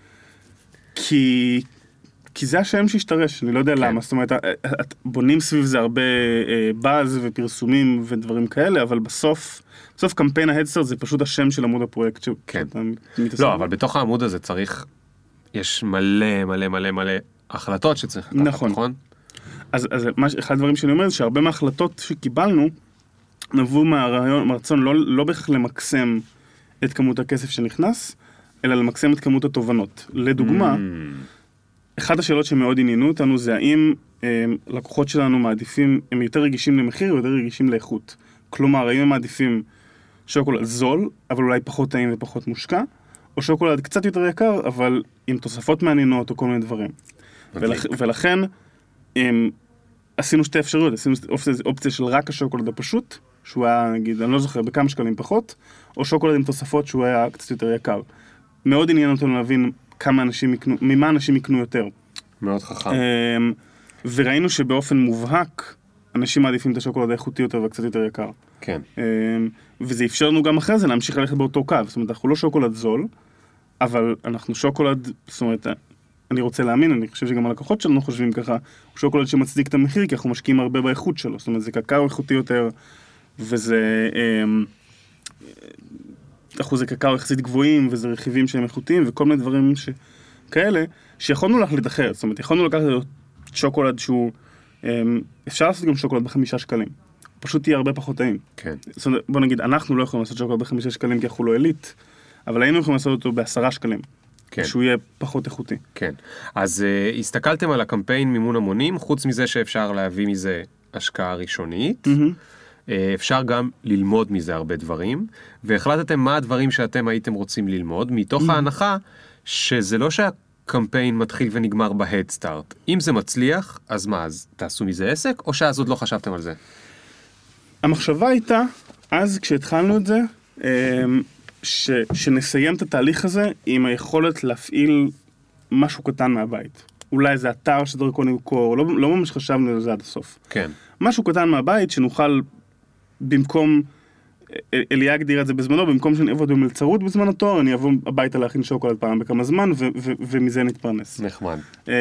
כי זה השם שהשתרש, אני לא יודע למה, זאת אומרת, בונים סביב זה הרבה באז ופרסומים ודברים כאלה, אבל בסוף קמפיין ההדסטארט זה פשוט השם של עמוד הפרויקט. כן. לא, אבל בתוך העמוד הזה יש מלא החלטות שצריך לקחת, נכון? אז אחד הדברים שאני אומר זה שהרבה מההחלטות שקיבלנו, נבעו מהרצון לא בהכרח למקסם את כמות הכסף שנכנס, אלא למקסם את כמות התובנות. לדוגמה, אחת השאלות שמאוד עניינו אותנו זה האם לקוחות שלנו מעדיפים, הם יותר רגישים למחיר או יותר רגישים לאיכות. כלומר, האם הם מעדיפים שוקולד זול, אבל אולי פחות טעים ופחות מושקע, או שוקולד קצת יותר יקר, אבל עם תוספות מעניינות או כל מיני דברים. ולכן, עשינו שתי אפשרויות, עשינו אופציה של רק השוקולד הפשוט, שהוא היה, נגיד, אני לא זוכר, בכמה שקלים פחות, או שוקולד עם תוספות שהוא היה קצת יותר יקר. מאוד עניין אותנו להבין כמה אנשים יקנו, ממה אנשים יקנו יותר. מאוד חכם. וראינו שבאופן מובהק, אנשים מעדיפים את השוקולד האיכותי יותר וקצת יותר יקר. כן. וזה אפשר לנו גם אחרי זה להמשיך ללכת באותו קו. זאת אומרת, אנחנו לא שוקולד זול, אבל אנחנו שוקולד, זאת אומרת, אני רוצה להאמין, אני חושב שגם הלקוחות שלנו חושבים ככה, הוא שוקולד שמצדיק את המחיר, כי אנחנו משקיעים הרבה באיכות שלו. זאת אומרת, זה קקאו איכותי יותר, וזה אחוזי קקאו יחסית גבוהים, וזה רכיבים שהם איכותיים, וכל מיני דברים כאלה, שיכולנו להחליט אחרת. זאת אומרת, יכולנו לקחת שוקולד שהוא, אפשר לעשות גם שוקולד ב5 שקלים. פשוט יהיה הרבה פחות טעים. כן. זאת אומרת, בוא נגיד, אנחנו לא יכולים לעשות שוקולד ב5 שקלים, כי אנחנו לא אליט, אבל היינו יכולים לעשות אותו ב10 שקלים. כן. שהוא יהיה פחות איכותי. כן. אז הסתכלתם על הקמפיין מימון המונים, חוץ מזה שאפשר להביא מזה השקעה ראשונית, אפשר גם ללמוד מזה הרבה דברים, והחלטתם מה הדברים שאתם הייתם רוצים ללמוד, מתוך ההנחה שזה לא שהקמפיין מתחיל ונגמר ב-head start. אם זה מצליח, אז מה, אז תעשו מזה עסק, או שאז עוד לא חשבתם על זה? המחשבה הייתה, אז כשהתחלנו את זה, שנסיים את התהליך הזה עם היכולת להפעיל משהו קטן מהבית. אולי איזה אתר שדרכו נמכור, לא ממש חשבנו על זה עד הסוף. כן. משהו קטן מהבית שנוכל, במקום, אליה הגדיר את זה בזמנו, במקום שאני אעבוד במלצרות בזמן התואר, אני אבוא הביתה להכין שוקולד פעם בכמה זמן, ומזה נתפרנס. נחמד.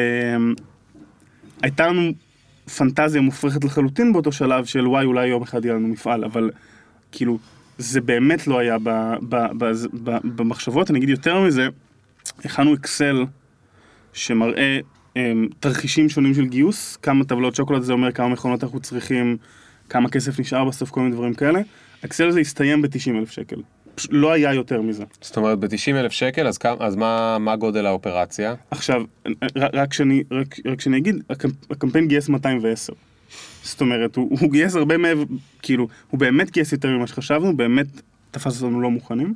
הייתה לנו פנטזיה מופרכת לחלוטין באותו שלב של וואי, אולי יום אחד יהיה לנו מפעל, אבל כאילו, זה באמת לא היה במחשבות. אני אגיד יותר מזה, הכנו אקסל שמראה תרחישים שונים של גיוס, כמה טבלות שוקולד זה אומר, כמה מכונות אנחנו צריכים, כמה כסף נשאר בסוף, כל מיני דברים כאלה. האקסל הזה הסתיים ב-90,000 שקל. לא היה יותר מזה. זאת אומרת, ב-90,000 שקל, אז מה גודל האופרציה? עכשיו, רק שאני אגיד, הקמפיין גייס 210. זאת אומרת, הוא גייס הרבה מעבר, כאילו, הוא באמת גייס יותר ממה שחשבנו, באמת תפס אותנו לא מוכנים.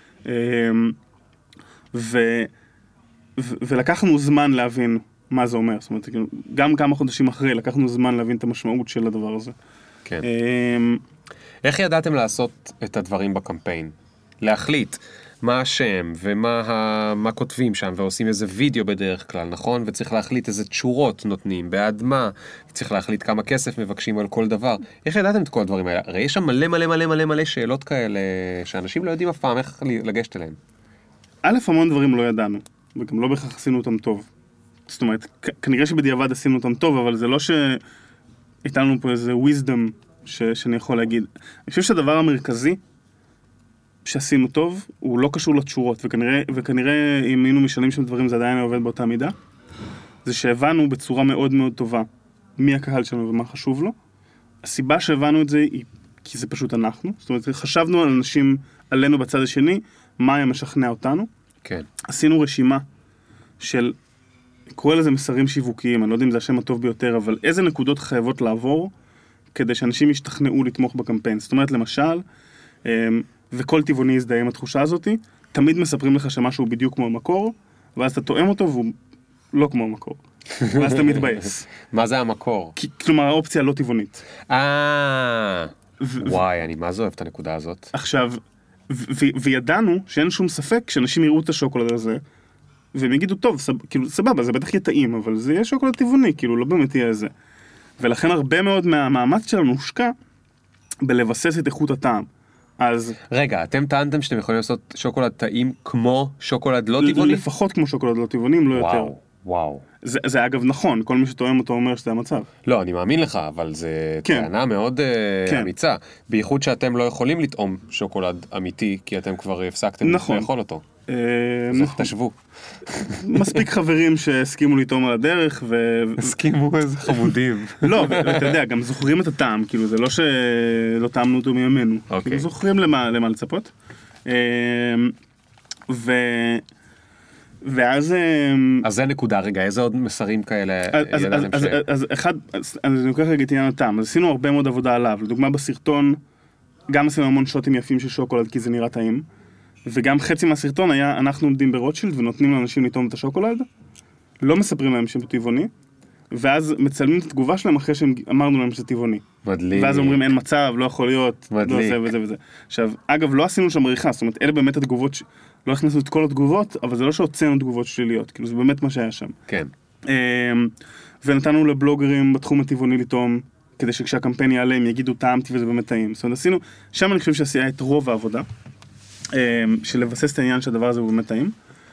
ולקחנו זמן להבין מה זה אומר. זאת אומרת, גם כמה חודשים אחרי, לקחנו זמן להבין את המשמעות של הדבר הזה. כן. איך ידעתם לעשות את הדברים בקמפיין? להחליט מה השם ומה כותבים שם, ועושים איזה וידאו בדרך כלל, נכון? וצריך להחליט איזה תשורות נותנים, בעד מה, צריך להחליט כמה כסף מבקשים על כל דבר. איך ידעתם את כל הדברים האלה? הרי יש שם מלא שאלות כאלה, שאנשים לא יודעים אף פעם איך לגשת אליהם. המון דברים לא ידענו, וגם לא בכך עשינו אותם טוב. זאת אומרת, כנראה שבדיעבד עשינו אותם טוב, אבל זה לא שהייתה לנו פה איזה wisdom שאני יכול להגיד. אני חושב שהדבר המרכזי שעשינו טוב, הוא לא קשור לתשורות, וכנראה אם היינו משנים שם דברים, זה עדיין עובד באותה מידה, זה שהבנו בצורה מאוד מאוד טובה מי הקהל שלנו ומה חשוב לו. הסיבה שהבנו את זה היא כי זה פשוט אנחנו. זאת אומרת, חשבנו על אנשים עלינו בצד השני, מה היה משכנע אותנו. כן. עשינו רשימה של, קורא לזה מסרים שיווקיים, אני לא יודע אם זה השם הטוב ביותר, אבל איזה נקודות חייבות לעבור כדי שאנשים ישתכנעו לתמוך בקמפיין. זאת אומרת, למשל, וכל טבעוני יזדהה עם התחושה הזאת, תמיד מספרים לך שמשהו הוא בדיוק כמו המקור, ואז אתה תואם אותו והוא לא כמו המקור. ואז אתה מתבייס. מה זה המקור? כלומר, האופציה לא טבעונית. וואי, אני מה זה אוהב את הנקודה הזאת? עכשיו, וידענו שאין שום ספק שאנשים יראו את השוקולד הזה, והם יגידו, טוב, כאילו, סבבה, זה בטח יהיה טעים, אבל זה יהיה שוקולד טבעוני, כאילו, לא באמת יהיה איזה. ולכן הרבה מאוד מהמאמץ שלנו הושקע בלבסס את איכות הטעם. אז רגע, אתם טענתם שאתם יכולים לעשות שוקולד טעים כמו שוקולד לא טבעוני? לפחות כמו שוקולד לא טבעוני, אם לא יותר. וואו. זה אגב נכון, כל מי שטועם אותו אומר שזה המצב. לא, אני מאמין לך, אבל זה טענה מאוד אמיצה. בייחוד שאתם לא יכולים לטעום שוקולד אמיתי, כי אתם כבר הפסקתם לאכול אותו. אז תשבו. מספיק חברים שהסכימו לטעום על הדרך, הסכימו איזה חמודים. לא, ואתה יודע, גם זוכרים את הטעם, כאילו זה לא שלא טעמנו אותו מימינו. כאילו זוכרים למה לצפות. ואז... אז זה נקודה רגע, איזה עוד מסרים כאלה ידעתם אז אחד, אני לוקח רגע את עניין הטעם, אז עשינו הרבה מאוד עבודה עליו, לדוגמה בסרטון, גם עשינו המון שוטים יפים של שוקולד, כי זה נראה טעים, וגם חצי מהסרטון היה, אנחנו עומדים ברוטשילד ונותנים לאנשים לטעום את השוקולד, לא מספרים להם שהם טבעוני, ואז מצלמים את התגובה שלהם אחרי שאמרנו להם שזה טבעוני. מדליק. ואז אומרים, אין מצב, לא יכול להיות, מדליק. לא זה וזה וזה. עכשיו, אגב, לא עשינו שם עריכה, זאת אומרת, אלה באמת התגובות, לא הכנסנו את כל התגובות, אבל זה לא שהוצאנו תגובות שליליות, כאילו זה באמת מה שהיה שם. כן. ונתנו לבלוגרים בתחום הטבעוני לטעום, כדי שכשהקמפיין יעלה הם יגידו טעמתי וזה באמת טעים. זאת אומרת, עשינו, שם אני חושב שעשייה את רוב העבודה, של לבסס את העניין שהדבר הזה הוא באמת טעים.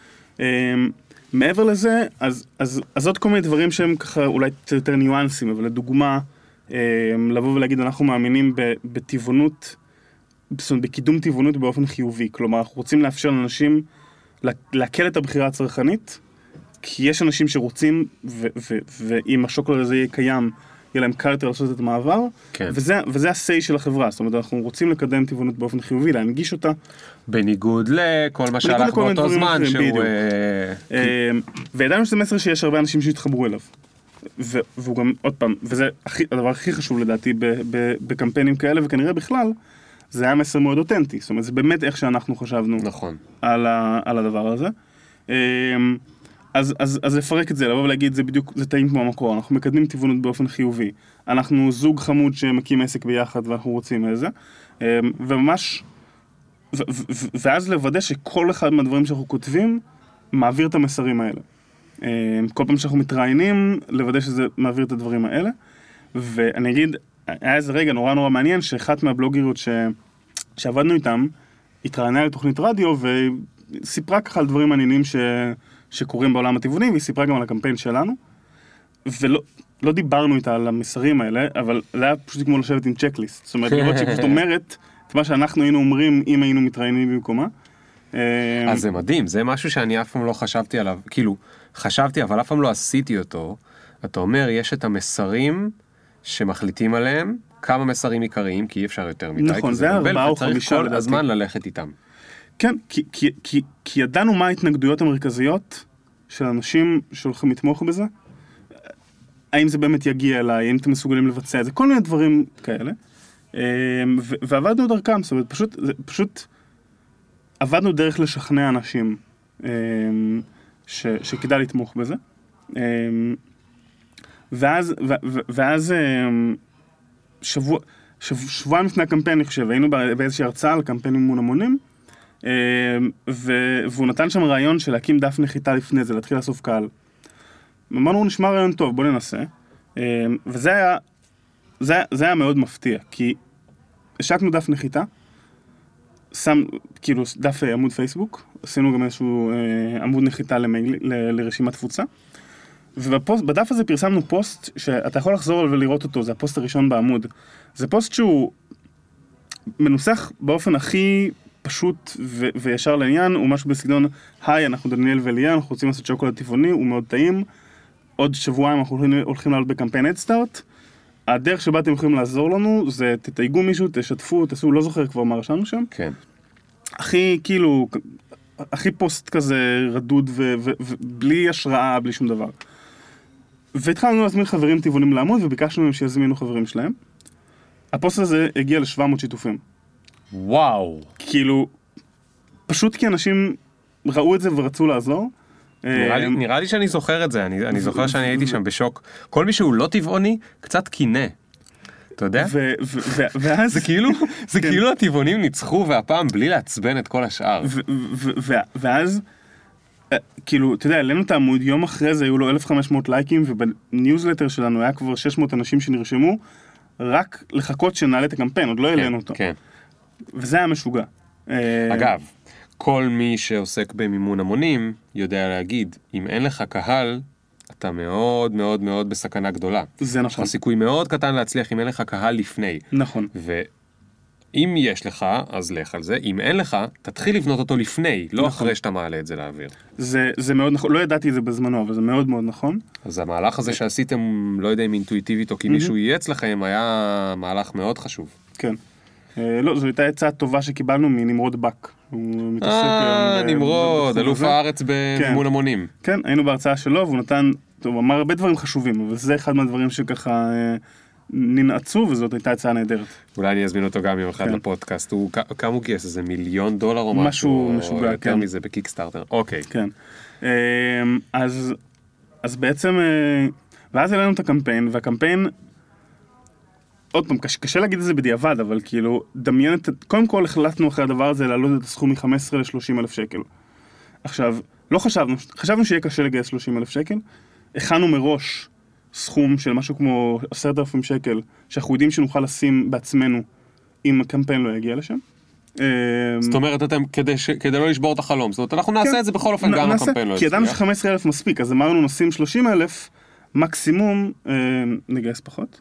מעבר לזה, אז עוד כל מיני דברים שהם ככה אולי יותר ניואנסים, אבל לדוגמה, לבוא ולהגיד, אנחנו מאמינים בטבעונות, זאת אומרת, בקידום טבעונות באופן חיובי. כלומר, אנחנו רוצים לאפשר לאנשים להקל את הבחירה הצרכנית, כי יש אנשים שרוצים, ואם השוקולד הזה יהיה קיים, יהיה להם קל יותר לעשות את המעבר, כן. וזה ה-say של החברה. זאת אומרת, אנחנו רוצים לקדם טבעונות באופן חיובי, להנגיש אותה. בניגוד לכל מה שהלך באותו זמן, שהוא... וידענו שזה מסר שיש הרבה אנשים שהתחברו אליו. והוא גם, עוד פעם, וזה הדבר הכי חשוב לדעתי בקמפיינים כאלה, וכנראה בכלל, זה היה מסר מאוד אותנטי. זאת אומרת, זה באמת איך שאנחנו חשבנו נכון. על הדבר הזה. אז לפרק את זה, לבוא ולהגיד, זה בדיוק, זה טעים כמו המקור, אנחנו מקדמים טבעונות באופן חיובי. אנחנו זוג חמוד שמקים עסק ביחד ואנחנו רוצים איזה. וממש, ואז לוודא שכל אחד מהדברים שאנחנו כותבים, מעביר את המסרים האלה. כל פעם שאנחנו מתראיינים, לוודא שזה מעביר את הדברים האלה. ואני אגיד, היה איזה רגע נורא מעניין, שאחת מהבלוגריות שעבדנו איתם, התראיינה לתוכנית רדיו, וסיפרה ככה על דברים מעניינים שקורים בעולם הטבעוני, והיא סיפרה גם על הקמפיין שלנו, ולא דיברנו איתה על המסרים האלה, אבל זה היה פשוט כמו לשבת עם צ'קליסט. זאת אומרת, לראות שהיא פשוט אומרת את מה שאנחנו היינו אומרים, אם היינו מתראיינים במקומה. אז זה מדהים, זה משהו שאני אף פעם לא חשבתי עליו, כאילו, חשבתי, אבל אף פעם לא עשיתי אותו. אתה אומר, יש את המסרים שמחליטים עליהם, כמה מסרים עיקריים, כי אי אפשר יותר מדי. נכון, זה 4 או 5 לדעתי. כל הזמן ללכת איתם. כן, כי ידענו מה ההתנגדויות המרכזיות של אנשים שהולכים לתמוך בזה, האם זה באמת יגיע אליי, האם אתם מסוגלים לבצע את זה, כל מיני דברים כאלה, ועבדנו דרכם, זאת אומרת, פשוט עבדנו דרך לשכנע אנשים שכדאי לתמוך בזה, ואז שבועיים לפני הקמפיין, אני חושב, היינו באיזושהי הרצאה על קמפיין מימון המונים, והוא נתן שם רעיון של להקים דף נחיתה לפני זה, להתחיל לאסוף קהל. אמרנו, נשמע רעיון טוב, בוא ננסה. וזה היה מאוד מפתיע, כי השקנו דף נחיתה, כאילו דף עמוד פייסבוק, עשינו גם איזשהו עמוד נחיתה לרשימת תפוצה, ובדף הזה פרסמנו פוסט שאתה יכול לחזור ולראות אותו, זה הפוסט הראשון בעמוד. זה פוסט שהוא מנוסח באופן הכי פשוט וישר לעניין, הוא משהו בסגנון, היי, אנחנו דניאל ואליה, אנחנו רוצים לעשות שוקולד טבעוני, הוא מאוד טעים, עוד שבועיים אנחנו הולכים לעלות בקמפיין הדסטארט, הדרך שבה אתם יכולים לעזור לנו, זה תתייגו מישהו, תשתפו, תעשו, לא זוכר כבר מה רשמנו שם. כן. הכי פוסט כזה רדוד ובלי השראה, בלי שום דבר. והתחלנו להזמין חברים טבעונים לעמוד, וביקשנו מהם שיזמינו חברים שלהם. הפוסט הזה הגיע ל700 שיתופים. וואו. כאילו, פשוט כי אנשים ראו את זה ורצו לעזור. נראה לי שאני זוכר את זה, אני זוכר שאני הייתי שם בשוק. כל מי שהוא לא טבעוני, קצת קינא. אתה יודע? ואז... זה כאילו הטבעונים ניצחו, והפעם בלי לעצבן את כל השאר. ואז, כאילו, אתה יודע, עלינו את העמוד, יום אחרי זה היו לו 1,500 לייקים, ובניוזלטר שלנו היה כבר 600 אנשים שנרשמו, רק לחכות שנעלה את הקמפיין, עוד לא העלינו אותו. כן. וזה היה משוגע. אגב, כל מי שעוסק במימון המונים יודע להגיד, אם אין לך קהל, אתה מאוד מאוד מאוד בסכנה גדולה. זה נכון. יש לך סיכוי מאוד קטן להצליח אם אין לך קהל לפני. נכון. אם יש לך, אז לך על זה, אם אין לך, תתחיל לבנות אותו לפני, לא אחרי שאתה מעלה את זה לאוויר. זה מאוד נכון, לא ידעתי את זה בזמנו, אבל זה מאוד מאוד נכון. אז המהלך הזה שעשיתם, לא יודע אם אינטואיטיבית או כי מישהו ייעץ לכם, היה מהלך מאוד חשוב. כן. לא, זו הייתה עצה טובה שקיבלנו מנמרוד בק. נמרוד, אלוף הארץ במימון המונים. כן, היינו בהרצאה שלו, והוא נתן, הוא אמר הרבה דברים חשובים, אבל זה אחד מהדברים שככה ננעצו, וזאת הייתה הצעה נהדרת. אולי אני אזמין אותו גם יום אחד לפודקאסט. כמה הוא גייס? איזה $1,000,000 או משהו? משהו משוגע, יותר מזה בקיקסטארטר. אוקיי. כן. אז בעצם, ואז העלינו את הקמפיין, והקמפיין, עוד פעם, קשה להגיד את זה בדיעבד, אבל כאילו, דמיינת, קודם כל החלטנו אחרי הדבר הזה להעלות את הסכום מ-15 ל-30,000 שקל. עכשיו, לא חשבנו שיהיה קשה לגייס 30,000 שקל, הכנו מראש סכום של משהו כמו 10,000 שקל, שאנחנו יודעים שנוכל לשים בעצמנו, אם הקמפיין לא יגיע לשם. זאת אומרת, אתם, כדי לא לשבור את החלום, זאת אומרת, אנחנו נעשה את זה בכל אופן, גם הקמפיין לא יצליח. כי ידענו ש-15,000 מספיק, אז אמרנו נשים 30,000, מקסימום נגייס פחות.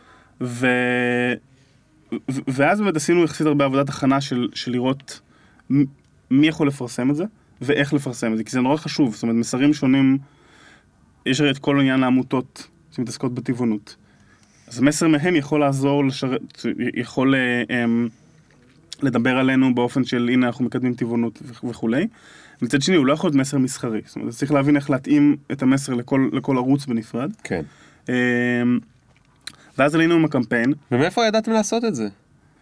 ואז באמת עשינו יחסית הרבה עבודת הכנה של לראות מי יכול לפרסם את זה, ואיך לפרסם את זה, כי זה נורא חשוב, זאת אומרת, מסרים שונים, יש הרי את כל עניין העמותות שמתעסקות בטבעונות. אז מסר מהם יכול לעזור, יכול לדבר עלינו באופן של הנה אנחנו מקדמים טבעונות וכו'. מצד שני, הוא לא יכול להיות מסר מסחרי, זאת אומרת, צריך להבין איך להתאים את המסר לכל ערוץ בנפרד. כן. ואז עלינו עם הקמפיין. ומאיפה ידעתם לעשות את זה?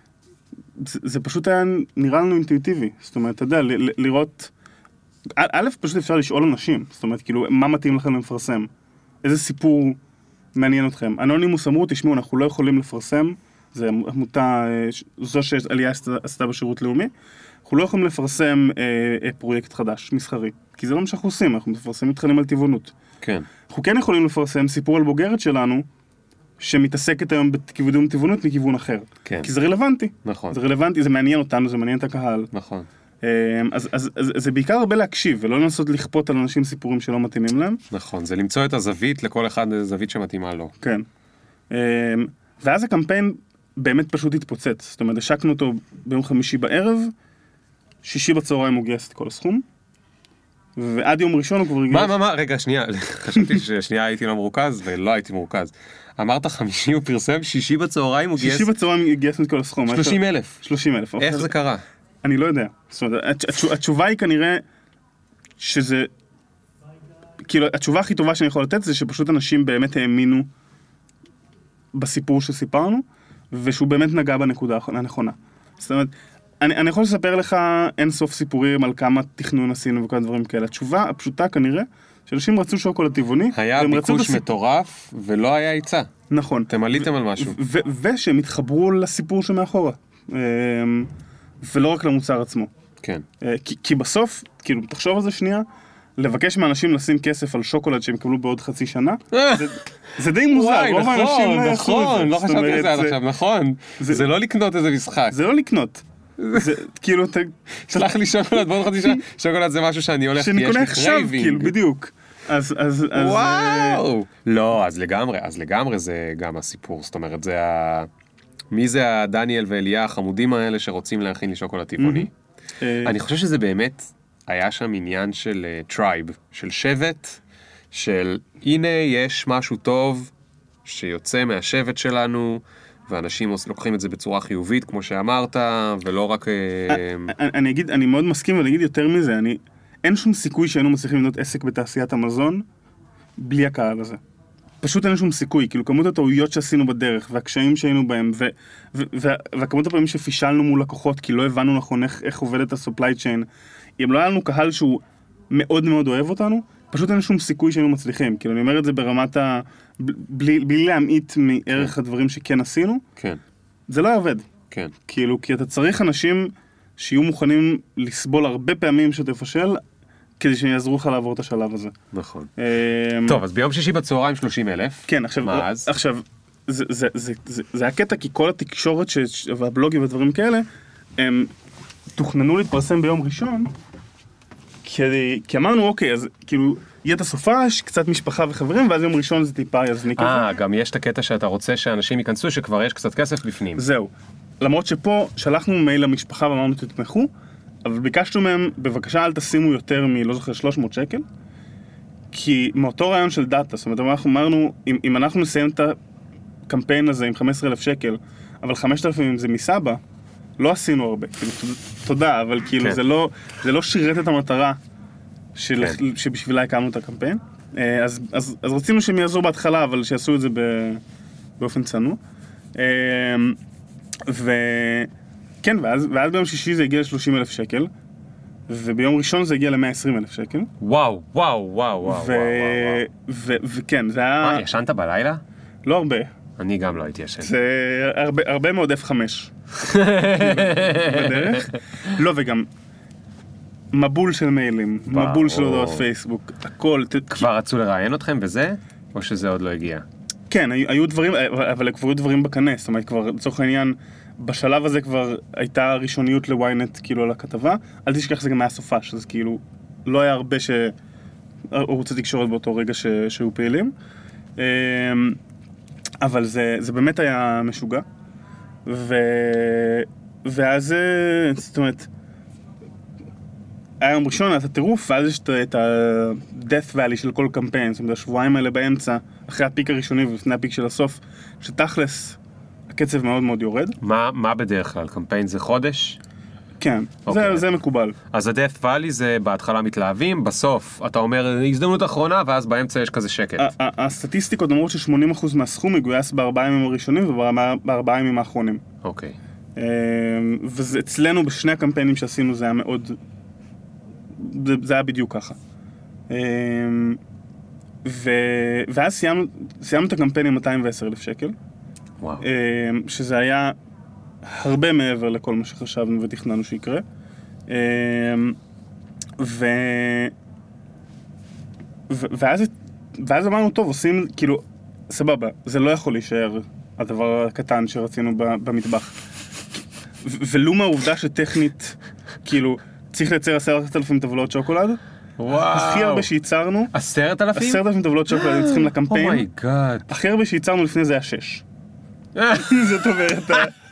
זה פשוט היה נראה לנו אינטואיטיבי. זאת אומרת, אתה יודע, לראות... א', פשוט אפשר לשאול אנשים. זאת אומרת, כאילו, מה מתאים לכם לפרסם? איזה סיפור מעניין אתכם? אנונימוס אמרו, תשמעו, אנחנו לא יכולים לפרסם. זה עמותה, זו שעלייה עשתה בשירות לאומי. אנחנו לא יכולים לפרסם פרויקט חדש, מסחרי. כי זה לא מה שאנחנו עושים, אנחנו מפרסמים תכנים על טבעונות. כן. אנחנו כן יכולים לפרסם סיפור על בוגרת שלנו, שמתעסקת היום בקידום טבעונות מכיוון אחר. כן. כי זה רלוונטי. נכון. זה רלוונטי, זה מעניין אותנו, זה מעניין את הקהל. נכון. אז זה בעיקר הרבה להקשיב, ולא לנסות לכפות על אנשים סיפורים שלא מתאימים להם. נכון, זה למצוא את הזווית, לכל אחד זווית שמתאימה לו. כן. ואז הקמפיין באמת פשוט התפוצץ. זאת אומרת, השקנו אותו ביום חמישי בערב, שישי בצהריים הוא גייס את כל הסכום, ועד יום ראשון הוא כבר גייס... מה? רגע, שנייה. חשבתי ששנייה הייתי לא מרוכז, ולא הייתי מרוכז. אמרת חמישי הוא פרסם, שישי בצהריים הוא גייס... שישי בצהריים גייס את כל הסכום. 30,000. 30,000. איך זה קרה? אני לא יודע. זאת אומרת, התשובה היא כנראה שזה... כאילו, התשובה הכי טובה שאני יכול לתת זה שפשוט אנשים באמת האמינו בסיפור שסיפרנו, ושהוא באמת נגע בנקודה הנכונה. זאת אומרת, אני יכול לספר לך אין סוף סיפורים על כמה תכנון עשינו וכל דברים כאלה. התשובה הפשוטה כנראה, שאנשים רצו שוקולד טבעוני. היה ביקוש מטורף ולא היה היצע. נכון. אתם עליתם על משהו. ושהם התחברו לסיפור שמאחורה. ולא רק למוצר עצמו. כן. כי בסוף, כאילו, תחשוב על זה שנייה, לבקש מאנשים לשים כסף על שוקולד שהם יקבלו בעוד חצי שנה, זה די מוזר, רוב האנשים לא יעשו את זה. לא חשבתי על זה עד עכשיו, נכון. זה לא לקנות איזה משחק. זה לא לקנות. כאילו, שלח לי שוקולד בעוד חצי שנה, שוקולד זה משהו שאני הולך, שאני קונה עכשיו, כאילו, בדיוק. וואו. לא, אז לגמרי זה גם הסיפור, זאת אומרת, זה מי זה הדניאל ואליה החמודים האלה שרוצים להכין לי שוקולד טבעוני? אני חושב שזה באמת היה שם עניין של טרייב, של שבט, של הנה יש משהו טוב שיוצא מהשבט שלנו, ואנשים לוקחים את זה בצורה חיובית, כמו שאמרת, ולא רק... אני אגיד, אני מאוד מסכים, ואני אגיד יותר מזה, אין שום סיכוי שהיינו מצליחים לבנות עסק בתעשיית המזון, בלי הקהל הזה. פשוט אין שום סיכוי, כאילו כמות הטעויות שעשינו בדרך, והקשיים שהיינו בהם, וכמות הפעמים שפישלנו מול לקוחות, כי לא הבנו נכון איך עובדת ה-supply chain, אם לא היה לנו קהל שהוא מאוד מאוד אוהב אותנו, פשוט אין שום סיכוי שהיינו מצליחים. כאילו אני אומר את זה ברמת בלי להמעיט מערך הדברים שכן עשינו, כן. זה לא יעבד. כן. כאילו, כי אתה צריך אנשים שיהיו מוכנים לסבול הרבה פעמים שתפשל, כדי שיעזרו לך לעבור את השלב הזה. נכון. טוב, אז ביום שישי בצהריים 30,000. כן, עכשיו, זה הקטע, כי כל התקשורת והבלוגים והדברים כאלה, הם תוכננו להתפרסם ביום ראשון, כי אמרנו, אוקיי, אז כאילו, יהיה את הסופש, קצת משפחה וחברים, ואז יום ראשון זה טיפה יזניק. גם יש את הקטע שאתה רוצה שאנשים ייכנסו, שכבר יש קצת כסף בפנים. זהו. למרות שפה שלחנו מייל למשפחה ואמרנו תתמכו, אבל ביקשנו מהם, בבקשה אל תשימו יותר לא זוכר 300 שקל, כי מאותו רעיון של דאטה, זאת אומרת, אנחנו אמרנו, אם אנחנו נסיים את הקמפיין הזה עם 15,000 שקל, אבל 5,000 זה מסבא, לא עשינו הרבה, כאילו, תודה, אבל כאילו זה לא שירת את המטרה שבשבילה הקמנו את הקמפיין. אז רצינו שהם יעזרו בהתחלה, אבל שיעשו את זה באופן צנוע. וכן, ואז ביום שישי זה הגיע ל-30,000 שקל, וביום ראשון זה הגיע ל-120,000 שקל. וואו, וואו, וואו. וכן, זה היה... מה, ישנת בלילה? לא הרבה. אני גם לא הייתי ישן. זה הרבה מאוד F5. בדרך. לא, וגם מבול של מיילים, מבול של הודעות פייסבוק, הכל. כבר רצו לראיין אתכם בזה? או שזה עוד לא הגיע? כן, היו דברים, אבל כבר היו דברים בקנה, זאת אומרת, כבר לצורך העניין, בשלב הזה כבר הייתה ראשוניות לוויינט כאילו על הכתבה, אל תשכח שזה גם היה סופש, אז כאילו לא היה הרבה שערוץ התקשורת באותו רגע שהיו פעילים, אבל זה באמת היה משוגע, ואז, זאת אומרת, היה יום ראשון, היה את הטירוף, ואז יש את ה-death valley של כל קמפיין, זאת אומרת, השבועיים האלה באמצע, אחרי הפיק הראשוני ולפני הפיק של הסוף, שתכלס, הקצב מאוד מאוד יורד. מה בדרך כלל? קמפיין זה חודש? כן, זה מקובל. אז ה-death valley זה בהתחלה מתלהבים, בסוף אתה אומר, הזדמנות אחרונה, ואז באמצע יש כזה שקט. הסטטיסטיקות אומרות ש80% מהסכום מגויס ב4 ימים הראשונים וב4 ימים האחרונים. אוקיי. וזה אצלנו בשני הקמפיינים שעשינו זה היה מאוד... זה היה בדיוק ככה. ואז סיימנו את הקמפיין עם 210,000 שקל. וואו. שזה היה הרבה מעבר לכל מה שחשבנו ותכננו שיקרה. ואז אמרנו, טוב, עושים, כאילו, סבבה, זה לא יכול להישאר הדבר הקטן שרצינו במטבח. ולו מהעובדה שטכנית, כאילו, צריך לייצר 10,000 טבלות שוקולד. וואו. הכי הרבה שייצרנו... 10,000? 10,000 טבלות שוקולד צריכים לקמפיין. אומייגאד. הכי הרבה שייצרנו לפני זה היה 6. זאת אומרת,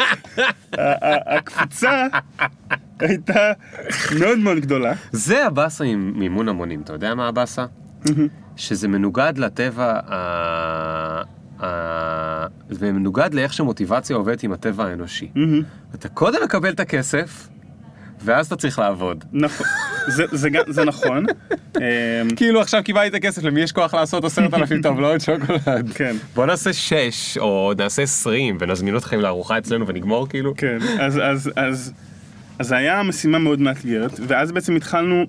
הקפיצה הייתה מאוד מאוד גדולה. זה הבאסה עם מימון המונים. אתה יודע מה הבאסה? שזה מנוגד לטבע, זה מנוגד לאיך שמוטיבציה עובדת עם הטבע האנושי. אתה קודם מקבל את הכסף, ואז אתה צריך לעבוד. נכון, זה נכון. כאילו עכשיו קיבלתי את הכסף, למי יש כוח לעשות 10,000 טבלאות שוקולד? כן. בוא נעשה 6, או נעשה 20, ונזמין אתכם לארוחה אצלנו ונגמור כאילו. כן, אז היה משימה מאוד מאתגרת, ואז בעצם התחלנו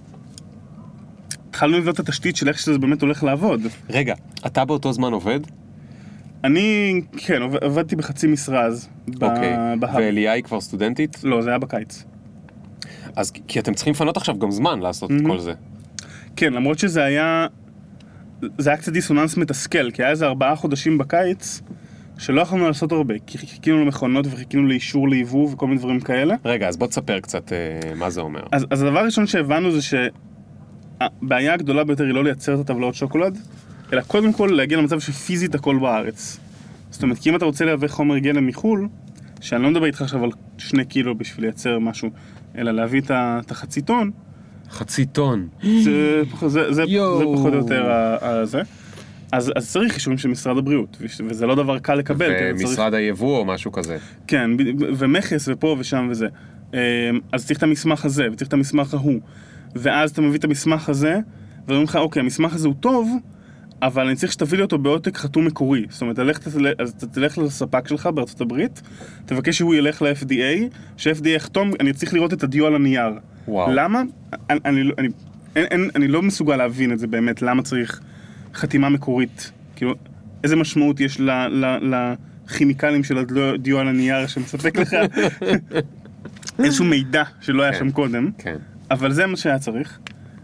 לבנות את התשתית של איך שזה באמת הולך לעבוד. רגע, אתה באותו זמן עובד? אני, כן, עבדתי בחצי משרה אז. אוקיי, ואליה היא כבר סטודנטית? לא, זה היה בקיץ. אז כי אתם צריכים לפנות עכשיו גם זמן לעשות את כל זה. כן, למרות שזה היה קצת דיסוננס מתסכל, כי היה איזה 4 חודשים בקיץ שלא יכולנו לעשות הרבה, כי חיכינו למכונות וחיכינו לאישור ליבוא וכל מיני דברים כאלה. רגע, אז בוא תספר קצת מה זה אומר. אז הדבר הראשון שהבנו זה שהבעיה הגדולה ביותר היא לא לייצר את הטבלאות שוקולד, אלא קודם כל להגיע למצב שפיזית הכל בארץ. זאת אומרת, כי אם אתה רוצה לייבא חומר גלם מחול, שאני לא מדבר איתך עכשיו על 2 קילו בשביל לייצר משהו, אלא להביא את החצי טון. חצי טון. זה פחות או יותר זה. אז צריך אישורים של משרד הבריאות, וזה לא דבר קל לקבל. ומשרד היבוא או משהו כזה. כן, ומכס ופה ושם וזה. אז צריך את המסמך הזה, וצריך את המסמך ההוא. ואז אתה מביא את המסמך הזה, ואומרים לך, אוקיי, המסמך הזה הוא טוב, אבל אני צריך שתביא לי אותו בעותק חתום מקורי. זאת אומרת, אז אתה תלך לספק שלך בארצות הברית, תבקש שהוא ילך ל-FDA, ש-FDA יחתום, אני צריך לראות את הדיו על הנייר. וואו. למה? אני לא מסוגל להבין את זה באמת, למה צריך חתימה מקורית. כאילו, איזה משמעות יש לכימיקלים של הדיו על הנייר שמספק לך איזשהו מידע שלא היה שם קודם. כן. אבל זה מה שהיה צריך.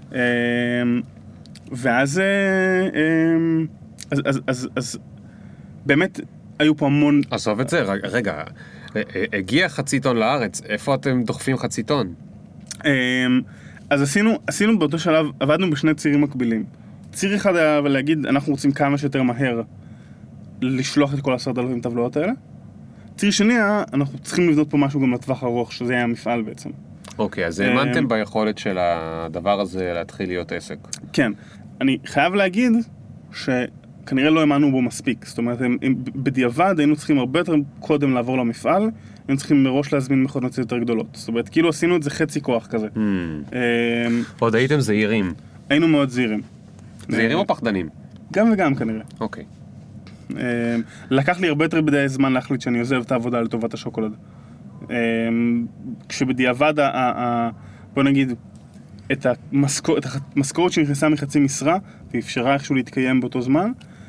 ואז אז באמת היו פה המון... עזוב את זה, רגע, הגיע חצי טון לארץ, איפה אתם דוחפים חצי טון? אז עשינו באותו שלב, עבדנו בשני צירים מקבילים. ציר אחד היה להגיד, אנחנו רוצים כמה שיותר מהר לשלוח את כל 10,000 טבלאות האלה, ציר שני, אנחנו צריכים לבנות פה משהו גם לטווח ארוך, שזה היה המפעל בעצם. אוקיי, אז האמנתם ביכולת של הדבר הזה להתחיל להיות עסק. כן. אני חייב להגיד שכנראה לא האמנו בו מספיק. זאת אומרת, בדיעבד היינו צריכים הרבה יותר קודם לעבור למפעל, היינו צריכים מראש להזמין מכונות יותר גדולות. זאת אומרת, כאילו עשינו את זה חצי כוח כזה. עוד הייתם זהירים. היינו מאוד זהירים. זהירים או פחדנים? גם וגם כנראה. אוקיי. לקח לי הרבה יותר בדי זמן להחליט שאני עוזב את העבודה לטובת השוקולד. כשבדיעבד, בוא נגיד, את המשכורת שנכנסה מחצי משרה, ואפשרה איכשהו להתקיים באותו זמן,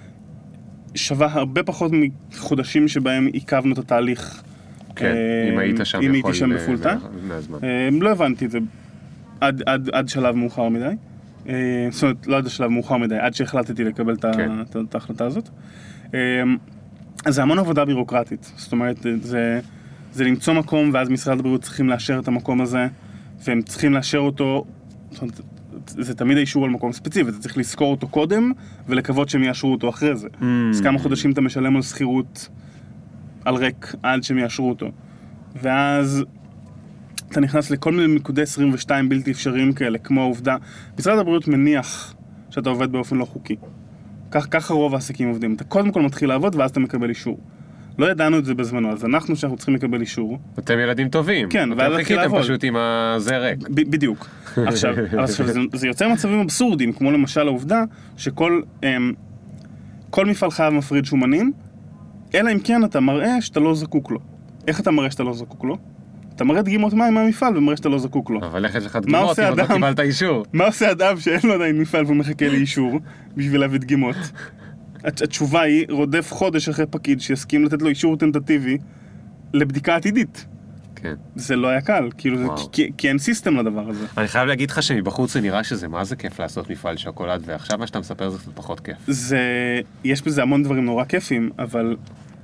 שווה הרבה פחות מחודשים שבהם עיכבנו את התהליך. כן, אם היית שם אם הייתי שם בפולטה. לא הבנתי את זה עד שלב מאוחר מדי. זאת אומרת, לא עד השלב מאוחר מדי, עד שהחלטתי לקבל את ההחלטה הזאת. אז זה המון עבודה בירוקרטית. זאת אומרת, זה למצוא מקום, ואז משרד הבריאות צריכים לאשר את המקום הזה, והם צריכים לאשר אותו, זאת אומרת, זה תמיד האישור על מקום ספציפי, אתה צריך לזכור אותו קודם, ולקוות שהם יאשרו אותו אחרי זה. אז כמה חודשים אתה משלם על שכירות על ריק, עד שהם יאשרו אותו. ואז אתה נכנס לכל מיני מיקודי 22 בלתי אפשריים כאלה, כמו העובדה, משרד הבריאות מניח שאתה עובד באופן לא חוקי. ככה רוב העסקים עובדים. אתה קודם כל מתחיל לעבוד, ואז אתה מקבל אישור. לא ידענו את זה בזמנו, אז אנחנו שאנחנו צריכים לקבל אישור. אתם ילדים טובים. כן, ואז להתחיל לעבוד. אתם חיכיתם פשוט עם זה ריק. בדיוק. עכשיו, זה יוצר מצבים אבסורדים, כמו למשל העובדה שכל מפעל חייב מפריד שומנים, אלא אם כן אתה מראה שאתה לא זקוק לו. איך אתה מראה שאתה לא זקוק לו? אתה מראה דגימות מים מהמפעל ומראה שאתה לא זקוק לו. אבל איך יש לך דגימות אם לא קיבלת אישור? מה עושה אדם שאין לו עדיין מפעל והוא מחכה לאישור בשביל להביא דגימות? התשובה היא, רודף חודש אחרי פקיד שיסכים לתת לו אישור טנטטיבי לבדיקה עתידית. כן. זה לא היה קל, כאילו, כי אין סיסטם לדבר הזה. אני חייב להגיד לך שמבחוץ זה נראה שזה מה זה כיף לעשות מפעל שוקולד, ועכשיו מה שאתה מספר זה קצת פחות כיף. יש בזה המון דברים נורא כיפים, אבל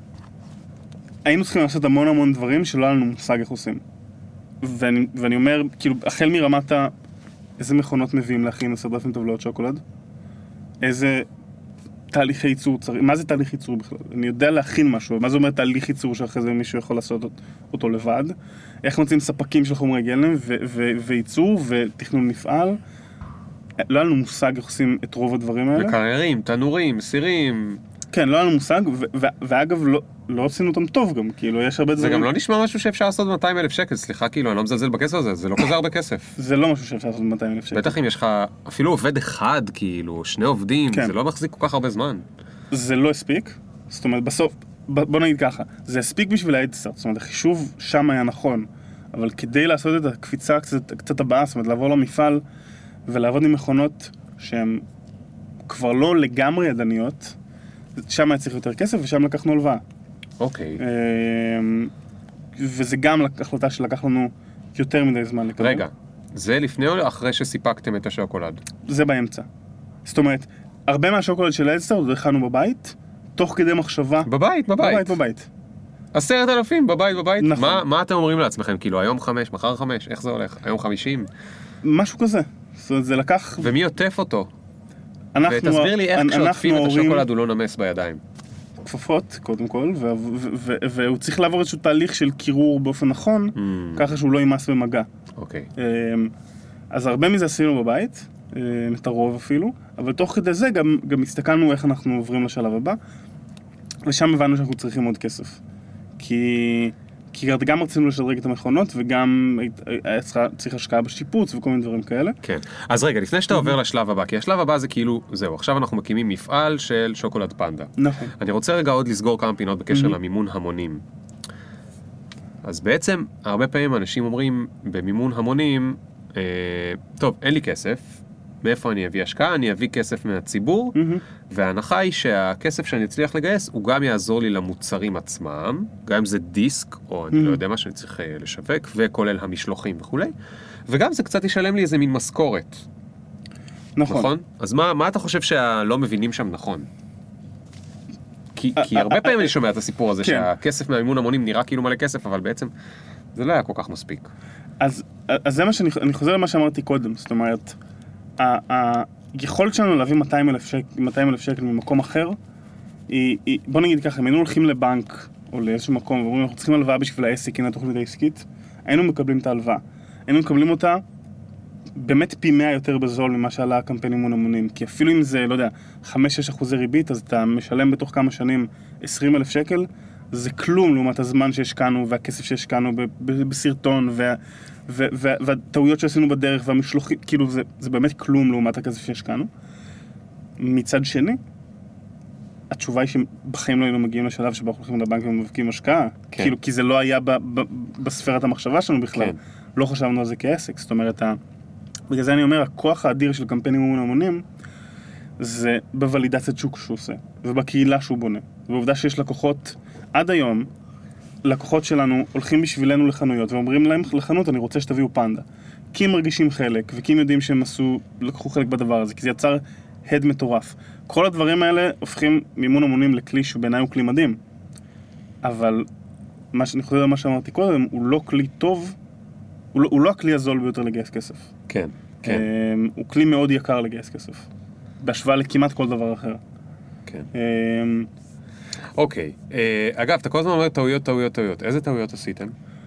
היינו צריכים לעשות המון דברים שלא היה לנו מושג איך עושים. ואני אומר, כאילו, החל מרמת איזה מכונות מביאים להכין 10,000 טבלאות שוקולד? איזה תהליכי ייצור צריך, מה זה תהליך ייצור בכלל? אני יודע להכין משהו, מה זה אומר תהליך ייצור שאחרי זה מישהו יכול לעשות אותו לבד? איך מוצאים ספקים של חומרי גלם וייצור ותכנון מפעל? לא היה לנו מושג איך עושים את רוב הדברים האלה. מקררים, תנורים, סירים. כן, לא היה לנו מושג, ואגב לא עשינו אותם טוב גם, כאילו יש הרבה דברים. זה גם לא נשמע משהו שאפשר לעשות 200,000 שקל, סליחה, כאילו, אני לא מזלזל בכסף הזה, זה לא כזה הרבה כסף. זה לא משהו שאפשר לעשות 200,000 שקל. בטח אם יש לך אפילו עובד אחד, כאילו, 2 עובדים, זה לא מחזיק כל כך הרבה זמן. זה לא הספיק, זאת אומרת, בסוף, בוא נגיד ככה, זה הספיק בשביל ההדסטארט, זאת אומרת, החישוב שם היה נכון, אבל כדי לעשות את הקפיצה קצת הבאה, זאת אומרת, לעבור למפעל ולעבוד עם מכונות שהן כבר לא לגמרי ידניות, שם היה צריך יותר כסף ושם לקחנו הלוואה. אוקיי. וזה גם החלטה שלקח לנו יותר מדי זמן לקבל. רגע, זה לפני או אחרי שסיפקתם את השוקולד? זה באמצע. זאת אומרת, הרבה מהשוקולד של ההדסטארט הכנו בבית, תוך כדי מחשבה. בבית. 10,000 בבית. נכון. מה אתם אומרים לעצמכם? כאילו, היום 5, מחר 5, איך זה הולך? היום 50? משהו כזה. זאת אומרת, זה לקח... ומי עוטף אותו? ותסביר לי איך כשעוטפים את השוקולד הוא לא נמס בידיים. כפפות, קודם כל, והוא צריך לעבור איזשהו תהליך של קירור באופן נכון, ככה שהוא לא יימס במגע. אוקיי. אז הרבה מזה עשינו בבית, את הרוב אפילו, אבל תוך כדי זה גם הסתכלנו איך אנחנו עוברים לשלב הבא, ושם הבנו שאנחנו צריכים עוד כסף. כי גם רצינו לשדרג את המכונות, וגם צריך השקעה בשיפוץ וכל מיני דברים כאלה. כן. אז רגע, לפני שאתה עובר לשלב הבא, כי השלב הבא זה כאילו, זהו, עכשיו אנחנו מקימים מפעל של שוקולד פנדה. נכון. אני רוצה רגע עוד לסגור כמה פינות בקשר למימון המונים. אז בעצם, הרבה פעמים אנשים אומרים, במימון המונים, טוב, אין לי כסף, מאיפה אני אביא השקעה? אני אביא כסף מהציבור, וההנחה היא שהכסף שאני אצליח לגייס, הוא גם יעזור לי למוצרים עצמם, גם אם זה דיסק, או אני לא יודע מה שאני צריך לשווק, וכולל המשלוחים וכו'. וגם זה קצת ישלם לי איזה מין משכורת. נכון? אז מה אתה חושב שלא מבינים שם נכון? כי הרבה פעמים אני שומע את הסיפור הזה, שהכסף מהמימון המונים נראה כאילו מלא כסף, אבל בעצם זה לא היה כל כך מספיק. אז זה מה שאני חוזר למה שאמרתי קודם, זאת אומרת, היכולת שלנו להביא 200,000 שקל ממקום אחר, בוא נגיד ככה, אם היינו הולכים לבנק, או לאיזשהו מקום, ואומרים, אנחנו צריכים הלוואה בשביל העסק, הנה התוכנית העסקית, היינו מקבלים את ההלוואה. היינו מקבלים אותה באמת פי 100 יותר בזול ממה שעלה הקמפיין אימון המונים, כי אפילו אם זה, לא יודע, 5-6% ריבית, אז אתה משלם בתוך כמה שנים 20,000 שקל, זה כלום לעומת הזמן שהשקענו והכסף שהשקענו בסרטון והטעויות שעשינו בדרך והמשלוחים, כאילו זה באמת כלום לעומת הכסף שהשקענו. מצד שני, התשובה היא שבחיים לא היינו מגיעים לשלב שבו אנחנו הולכים לבנק ומבקים השקעה, כן. כאילו, כי זה לא היה בספרת המחשבה שלנו בכלל. כן. לא חשבנו על זה כעסק, זאת אומרת, בגלל זה אני אומר, הכוח האדיר של קמפיינים אימון המונים, זה בוולידציית שוק שהוא עושה, ובקהילה שהוא בונה. ובעובדה שיש לקוחות, עד היום, לקוחות שלנו הולכים בשבילנו לחנויות, ואומרים להם לחנות, אני רוצה שתביאו פנדה. כי הם מרגישים חלק, וכי הם יודעים שהם לקחו חלק בדבר הזה, כי זה יצר הד מטורף. כל הדברים האלה הופכים מימון המונים לכלי שבעיניי הוא כלי מדהים. אבל, אני חושב על מה שאמרתי קודם, הוא לא כלי טוב, הוא לא הכלי הזול ביותר לגייס כסף. כן, כן. הוא כלי מאוד יקר לגייס כסף. בהשוואה לכמעט כל דבר אחר. כן. אוקיי. אגב, אתה כל הזמן אומר טעויות. איזה טעויות עשיתם?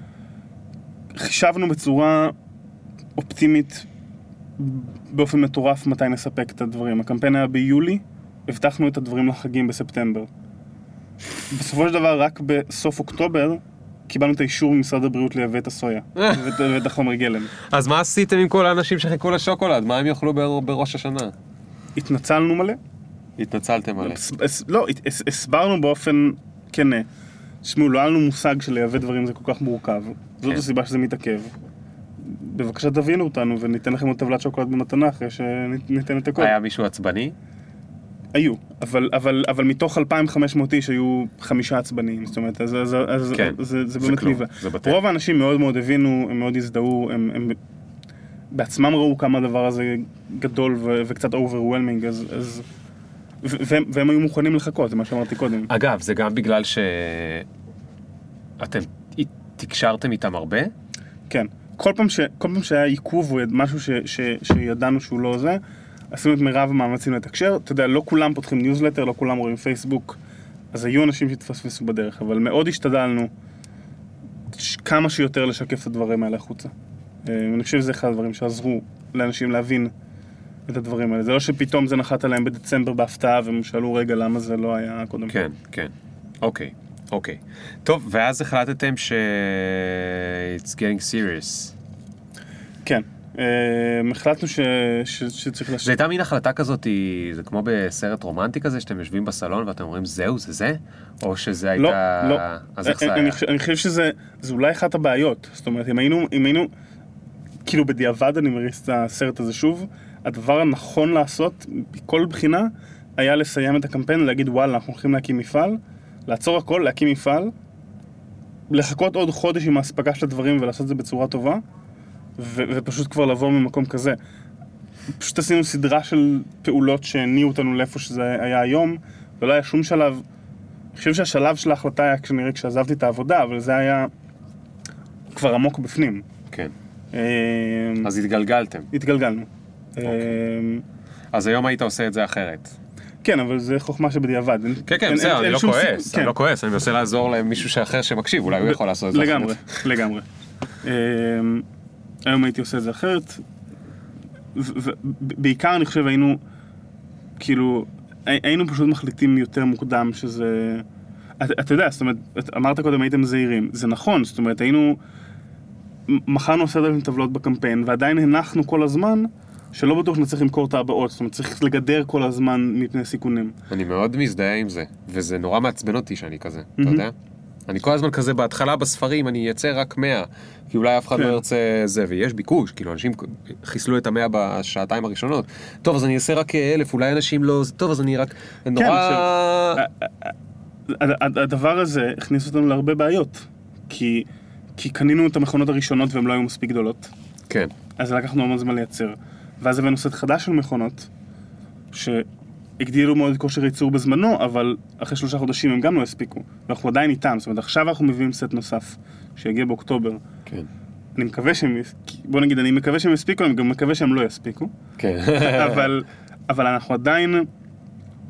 חישבנו בצורה אופטימית, באופן מטורף, מתי נספק את הדברים. הקמפיין היה ביולי, הבטחנו את הדברים לחגים בספטמבר. בסופו של דבר, רק בסוף אוקטובר, קיבלנו את האישור ממשרד הבריאות לייבא את הסויה, ואת החומר גלם. אז מה עשיתם עם כל האנשים שחיכו לשוקולד? מה הם יאכלו בראש השנה? התנצלנו מלא. התנצלתם מלא. לא, הסברנו באופן כנה. תשמעו, לא היה לנו מושג של לייבא דברים זה כל כך מורכב. זאת הסיבה שזה מתעכב. בבקשה תבינו אותנו וניתן לכם עוד טבלת שוקולד במתנה אחרי שניתן את הכל. היה מישהו עצבני? היו, אבל מתוך 2,500 איש היו 5 עצבניים, זאת אומרת, זה באמת ליבה. רוב האנשים מאוד מאוד הבינו, הם מאוד הזדהו, הם בעצמם ראו כמה הדבר הזה גדול וקצת overwhelming, והם היו מוכנים לחכות, זה מה שאמרתי קודם. אגב, זה גם בגלל שאתם תקשרתם איתם הרבה? כן. כל פעם שהיה עיכוב או משהו שידענו שהוא לא זה, עשינו את מירב המאמצים לתקשר. אתה יודע, לא כולם פותחים ניוזלטר, לא כולם רואים פייסבוק, אז היו אנשים שהתפספסו בדרך, אבל מאוד השתדלנו כמה שיותר לשקף את הדברים האלה החוצה. אני חושב שזה אחד הדברים שעזרו לאנשים להבין את הדברים האלה. זה לא שפתאום זה נחת עליהם בדצמבר בהפתעה, והם שאלו רגע למה זה לא היה קודם. כן, כן. אוקיי. טוב, ואז החלטתם it's getting serious. כן. החלטנו שצריך זה הייתה מין החלטה כזאת, זה כמו בסרט רומנטי כזה, שאתם יושבים בסלון ואתם אומרים זהו, זה? או שזה הייתה... לא. אז איך זה היה? אני חושב שזה אולי אחת הבעיות. זאת אומרת, אם היינו, כאילו בדיעבד אני מריץ את הסרט הזה שוב, הדבר הנכון לעשות, בכל בחינה, היה לסיים את הקמפיין, להגיד וואלה, אנחנו הולכים להקים מפעל, לעצור הכל, להקים מפעל, לחכות עוד חודש עם ההספקה של הדברים ולעשות את זה בצורה טובה, ופשוט כבר לבוא ממקום כזה. פשוט עשינו סדרה של פעולות שהניעו אותנו לאיפה שזה היה היום, ולא היה שום שלב. אני חושב שהשלב של ההחלטה היה כשעזבתי את העבודה, אבל זה היה כבר עמוק בפנים. כן. אז התגלגלתם. התגלגלנו. אז היום היית עושה את זה אחרת. כן, אבל זה חוכמה שבדיעבד. כן, בסדר, אני לא כועס, אני מנסה לעזור למישהו אחר שמקשיב, אולי הוא יכול לעשות את זה אחרת. לגמרי. היום הייתי עושה את זה אחרת, ובעיקר אני חושב היינו פשוט מחליטים יותר מוקדם שזה... אתה יודע, זאת אומרת, אמרת קודם הייתם זהירים, זה נכון, זאת אומרת, מכרנו 10,000 טבלות בקמפיין, ועדיין הנחנו כל הזמן שלא בטוח נצטרך למכור את הבאות, זאת אומרת, צריך לגדר כל הזמן מפני סיכונים. אני מאוד מזדהה עם זה, וזה נורא מעצבן אותי שאני כזה, אתה יודע? אני כל הזמן כזה, בהתחלה בספרים אני אייצר רק 100, כי אולי אף אחד לא ירצה זה, ויש ביקוש, כאילו אנשים חיסלו את 100 בשעתיים הראשונות. טוב, אז אני אעשה רק 1,000, אולי אנשים לא, טוב, אז אני רק... נורא... הדבר הזה הכניס אותנו להרבה בעיות, כי קנינו את המכונות הראשונות והן לא היו מספיק גדולות. כן. אז לקחנו המון זמן לייצר. ואז הבאנו סט חדש של מכונות, הגדילו מאוד את כושר ייצור בזמנו, אבל אחרי 3 חודשים הם גם לא הספיקו. ואנחנו עדיין איתם, זאת אומרת, עכשיו אנחנו מביאים סט נוסף, שיגיע באוקטובר. כן. אני מקווה שהם, בוא נגיד, אני מקווה שהם יספיקו, אני גם מקווה שהם לא יספיקו. כן. אבל אנחנו עדיין,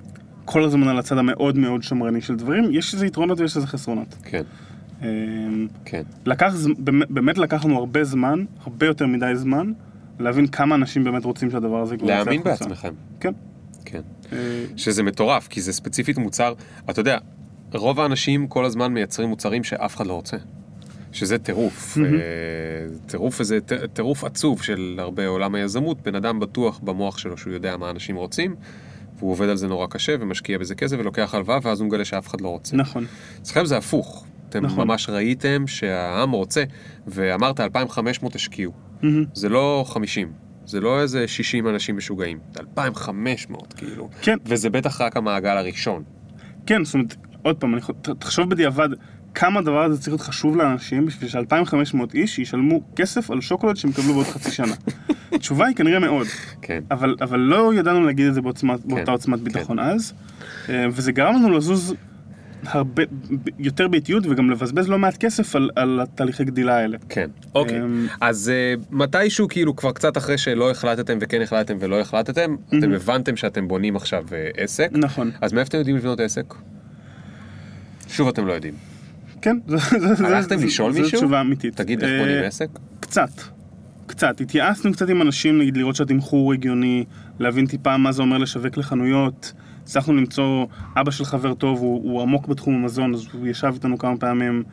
כל הזמן על הצד המאוד מאוד שמרני של דברים, יש איזה יתרונות ויש איזה חסרונות. כן. כן. באמת לקח לנו הרבה זמן, הרבה יותר מדי זמן, להבין כמה אנשים באמת רוצים שהדבר הזה יצא החוצה. להאמין בעצמכם. כן. כן. שזה מטורף, כי זה ספציפית מוצר, אתה יודע, רוב האנשים כל הזמן מייצרים מוצרים שאף אחד לא רוצה. שזה טירוף. טירוף איזה טירוף עצוב של הרבה עולם היזמות, בן אדם בטוח במוח שלו שהוא יודע מה אנשים רוצים, והוא עובד על זה נורא קשה ומשקיע בזה כסף ולוקח הלוואה, ואז הוא מגלה שאף אחד לא רוצה. נכון. אצלכם זה הפוך. אתם ממש ראיתם שהעם רוצה, ואמרת 2,500 השקיעו. זה לא 50. זה לא איזה 60 אנשים משוגעים. זה 2,500 כאילו. כן. וזה בטח רק המעגל הראשון. כן, זאת אומרת, עוד פעם, תחשוב בדיעבד כמה הדבר הזה צריך להיות חשוב לאנשים בשביל ש2,500 איש ישלמו כסף על שוקולד שהם יקבלו בעוד חצי שנה. התשובה היא כנראה מאוד. כן. אבל לא ידענו להגיד את זה באותה עוצמת ביטחון אז, וזה גרם לנו לזוז הרבה, יותר באיטיות וגם לבזבז לא מעט כסף על התהליכי גדילה האלה. כן, אוקיי. אז מתישהו כאילו כבר קצת אחרי שלא החלטתם וכן החלטתם ולא החלטתם, אתם הבנתם שאתם בונים עכשיו עסק. נכון. אז מאיפה אתם יודעים לבנות עסק? שוב אתם לא יודעים. כן. הלכתם לשאול מישהו? זו תשובה אמיתית. תגיד איך בונים עסק? קצת. התייעצנו קצת עם אנשים, נגיד לראות שהתמחור הגיוני, להבין טיפה מה זה אומר לשווק לחנויות. הצלחנו למצוא, אבא של חבר טוב, הוא עמוק בתחום המזון, אז הוא ישב איתנו כמה פעמים.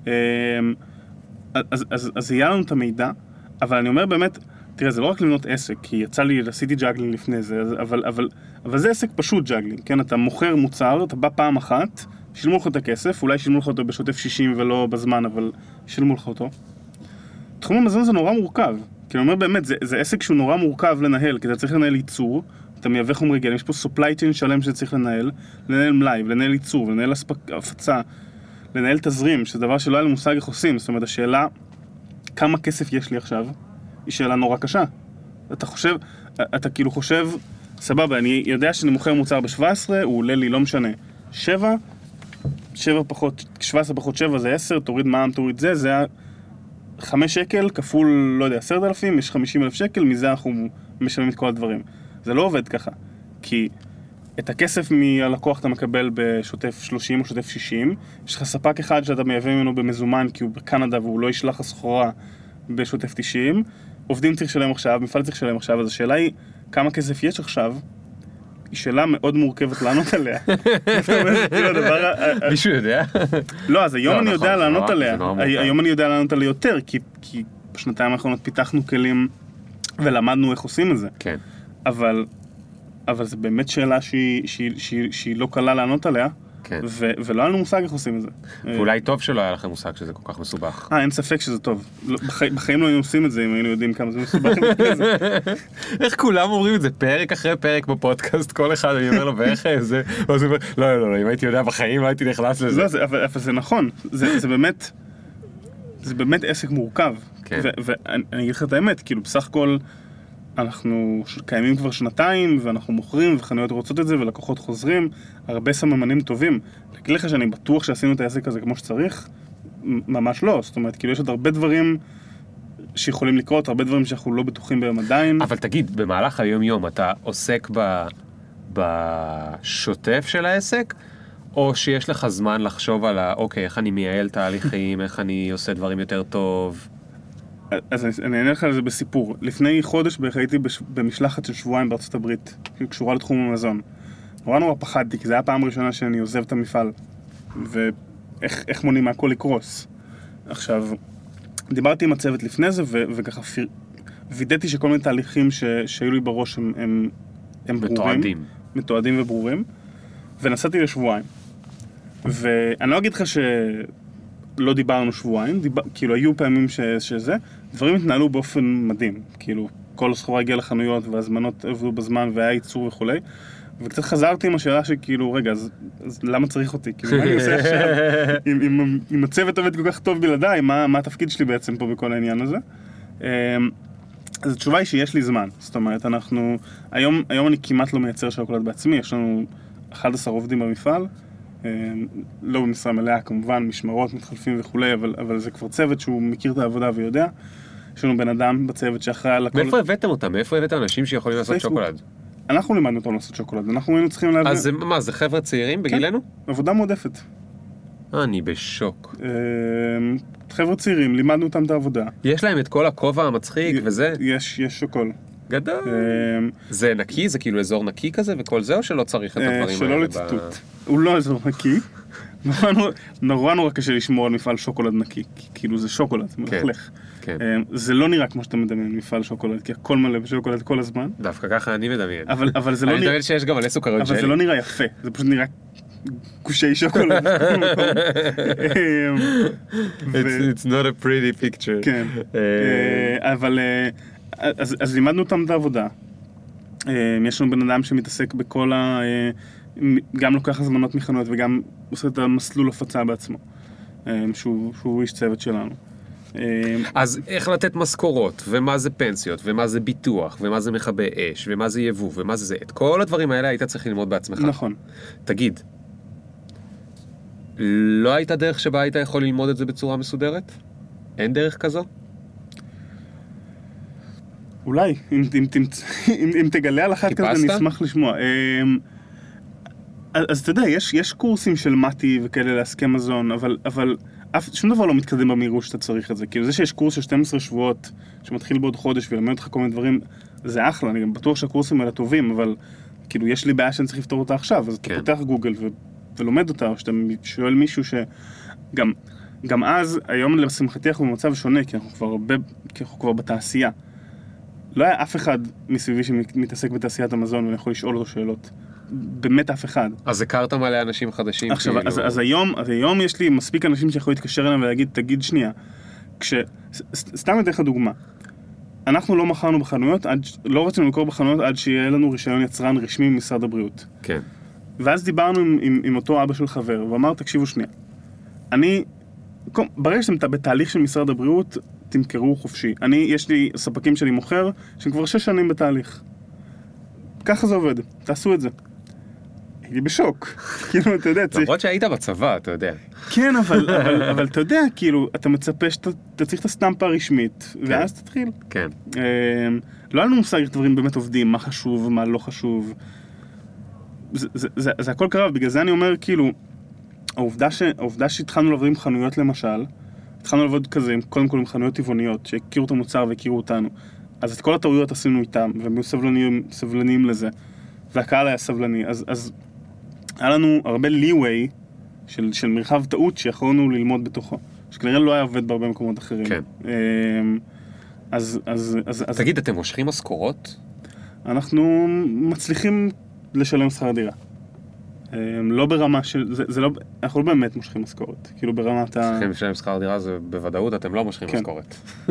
אז היה לנו את המידע, אבל אני אומר באמת, תראה, זה לא רק לבנות עסק, כי יצא לי, עשיתי ג'אגלינג לפני זה, אבל זה עסק פשוט ג'אגלינג, כן? אתה מוכר מוצר, אתה בא פעם אחת, שילמו לך את הכסף, אולי שילמו לך אותו בשוטף 60 ולא בזמן, אבל שילמו לך אותו. תחום המזון זה נורא מורכב, כי אני אומר באמת, זה עסק שהוא נורא מורכב לנהל, כי אתה צריך לנהל ייצור, אתה מייבא חומרי גלם, יש פה supply chain שלם שצריך לנהל מלאי, לנהל ייצור, לנהל הפצה, לנהל תזרים, שזה דבר שלא היה לי מושג איך עושים. זאת אומרת, השאלה כמה כסף יש לי עכשיו, היא שאלה נורא קשה. אתה כאילו חושב, סבבה, אני יודע שאני מוכר מוצר ב-17, הוא עולה לי, לא משנה, 17 פחות 7 זה 10, תוריד מע"מ, תוריד זה 5 שקל כפול, לא יודע, 10,000, יש 50,000 שקל, מזה אנחנו משלמים את כל הדברים. זה לא עובד ככה, כי את הכסף מהלקוח אתה מקבל בשוטף 30 או שוטף 60, יש לך ספק אחד שאתה מייבא ממנו במזומן כי הוא בקנדה והוא לא ישלח הסחורה בשוטף 90, עובדים צריך לשלם עכשיו, מפעל צריך לשלם עכשיו, אז השאלה היא כמה כסף יש עכשיו, היא שאלה מאוד מורכבת לענות עליה. מישהו יודע? לא, אז היום אני יודע לענות עליה, היום אני יודע לענות עליה יותר, כי בשנתיים האחרונות פיתחנו כלים ולמדנו איך עושים את זה. כן. אבל זה באמת שאלה שהיא לא קלה לענות עליה, כן. ולא היה לנו מושג איך עושים את זה. ואולי טוב שלא היה לכם מושג שזה כל כך מסובך. אין ספק שזה טוב. בחיים לא היינו עושים את זה אם היינו יודעים כמה זה מסובך. איך כולם אומרים את זה פרק אחרי פרק בפודקאסט, כל אחד אני אומר לו ואיך זה, ואז הוא אומר, לא, אם הייתי יודע בחיים לא הייתי נכנס לזה. לא, אבל זה נכון, זה באמת עסק מורכב. ואני אגיד לך את האמת, כאילו בסך הכל אנחנו קיימים כבר שנתיים, ואנחנו מוכרים, וחנויות רוצות את זה, ולקוחות חוזרים, הרבה סממנים טובים. להגיד לך שאני בטוח שעשינו את העסק הזה כמו שצריך, ממש לא. זאת אומרת, כאילו יש עוד הרבה דברים שיכולים לקרות, הרבה דברים שאנחנו לא בטוחים בהם עדיין. אבל תגיד, במהלך היום-יום אתה עוסק בשוטף של העסק, או שיש לך זמן לחשוב על אוקיי, איך אני מייעל תהליכים, איך אני עושה דברים יותר טוב? אז אני אענה לך על זה בסיפור. לפני חודש בערך הייתי במשלחת של שבועיים בארצות הברית, קשורה לתחום המזון. נורא פחדתי, כי זה היה הפעם הראשונה שאני עוזב את המפעל. ואיך מונעים מהכל לקרוס. עכשיו, דיברתי עם הצוות לפני זה, וככה וידאתי שכל מיני תהליכים שהיו לי בראש הם ברורים. מתועדים וברורים. ונסעתי לשבועיים. ואני לא אגיד לך לא דיברנו שבועיים, כאילו היו פעמים שזה, דברים התנהלו באופן מדהים, כאילו כל הסחורה הגיעה לחנויות והזמנות עבדו בזמן והיה ייצור וכו'. וקצת חזרתי עם השאלה שכאילו, רגע, אז למה צריך אותי? כאילו, מה אני עושה עכשיו? אם הצוות עובד כל כך טוב בלעדיי, מה התפקיד שלי בעצם פה בכל העניין הזה? אז התשובה היא שיש לי זמן, זאת אומרת, היום אני כמעט לא מייצר שוקולד בעצמי, יש לנו 11 עובדים במפעל, לא במשרה מלאה כמובן, משמרות, מתחלפים וכו', אבל זה כבר צוות שהוא מכיר את העבודה ויודע. יש לנו בן אדם בצוות שאחראי על הכל. מאיפה הבאתם אותם? מאיפה הבאתם אנשים שיכולים לעשות שוקולד? אנחנו לימדנו אותם לעשות שוקולד, אנחנו היינו צריכים להבין... אז מה, זה חבר'ה צעירים בגילנו? כן, עבודה מועדפת. אני בשוק. חבר'ה צעירים, לימדנו אותם את העבודה. יש להם את כל הכובע המצחיק וזה? יש שוקול. גדול. זה נקי? זה כאילו אזור נקי כזה וכל זה, או שלא צריך את הדברים האלה? שלא לציטוט. הוא לא אזור נקי. נורא קשה לשמור על מפעל שוקולד נקי. כאילו זה שוקולד, זה מלכלך. זה לא נראה כמו שאתה מדמיין מפעל שוקולד, כי הכל מלא בשוקולד כל הזמן. דווקא ככה אני מדמיין. אבל זה לא נראה... אני מדמיין שיש גם מלא סוכריות ג'לי. אבל זה לא נראה יפה, זה פשוט נראה גושי שוקולד. It's not a pretty picture. כן. אבל... אז לימדנו אותם את העבודה. יש לנו בן אדם שמתעסק בכל ה... גם לוקח הזמנות מחנויות וגם עושה את המסלול הפצה בעצמו. שהוא איש צוות שלנו. אז איך לתת משכורות, ומה זה פנסיות, ומה זה ביטוח, ומה זה מכבי אש, ומה זה יבוא, ומה זה זה. את כל הדברים האלה היית צריך ללמוד בעצמך. נכון. תגיד, לא הייתה דרך שבה היית יכול ללמוד את זה בצורה מסודרת? אין דרך כזו? אולי, אם תגלה על אחת כזה, אני אשמח לשמוע. אז אתה יודע, יש קורסים של מתי וכאלה להסכם מזון, אבל שום דבר לא מתקדם במהירות שאתה צריך את זה. כאילו זה שיש קורס של 12 שבועות שמתחיל בעוד חודש ולמד אותך כל מיני דברים, זה אחלה, אני גם בטוח שהקורסים האלה טובים, אבל כאילו יש לי בעיה שאני צריך לפתור אותה עכשיו, אז אתה פותח גוגל ולומד אותה, או שאתה שואל מישהו גם אז, היום לשמחתי אנחנו במצב שונה, כי אנחנו כבר בתעשייה. לא היה אף אחד מסביבי שמתעסק בתעשיית המזון ואני יכול לשאול אותו שאלות. באמת אף אחד. אז הכרת מלא אנשים חדשים? עכשיו, אז היום יש לי מספיק אנשים שיכולו להתקשר אליהם ולהגיד, תגיד שנייה, סתם אתן לך דוגמה, אנחנו לא מכרנו בחנויות, לא רצינו למכור בחנויות עד שיהיה לנו רישיון יצרן רשמי ממשרד הבריאות. כן. ואז דיברנו עם אותו אבא של חבר, ואמר, תקשיבו שנייה, ברגע שאתם בתהליך של משרד הבריאות, תמכרו חופשי. יש לי ספקים שלי מוכר, שהם כבר 6 שנים בתהליך. ככה זה עובד, תעשו את זה. הייתי בשוק, כאילו, אתה יודע, צריך... למרות שהיית בצבא, אתה יודע. כן, אבל אתה יודע, כאילו, אתה מצפה שאתה צריך את הסטמפה הרשמית, ואז תתחיל. כן. לא היה לנו מושג איך דברים באמת עובדים, מה חשוב, מה לא חשוב. זה הכל קרה, ובגלל זה אני אומר, כאילו, העובדה שהתחלנו לעבוד עם חנויות למשל, התחלנו לעבוד כזה, קודם כל עם חנויות טבעוניות, שהכירו את המוצר והכירו אותנו. אז את כל הטעויות עשינו איתם, והם היו סבלניים לזה, והקהל היה סבלני. אז היה לנו הרבה leeway של מרחב טעות שיכולנו ללמוד בתוכו, שכנראה לא היה עובד בהרבה מקומות אחרים. כן. תגיד, אתם מושכים משכורות? אנחנו מצליחים לשלם שכר דירה. לא ברמה של... אנחנו לא באמת מושכים משכורת. כאילו ברמת ה... צריכים לשלם שכר דירה, זה בוודאות, אתם לא מושכים משכורת.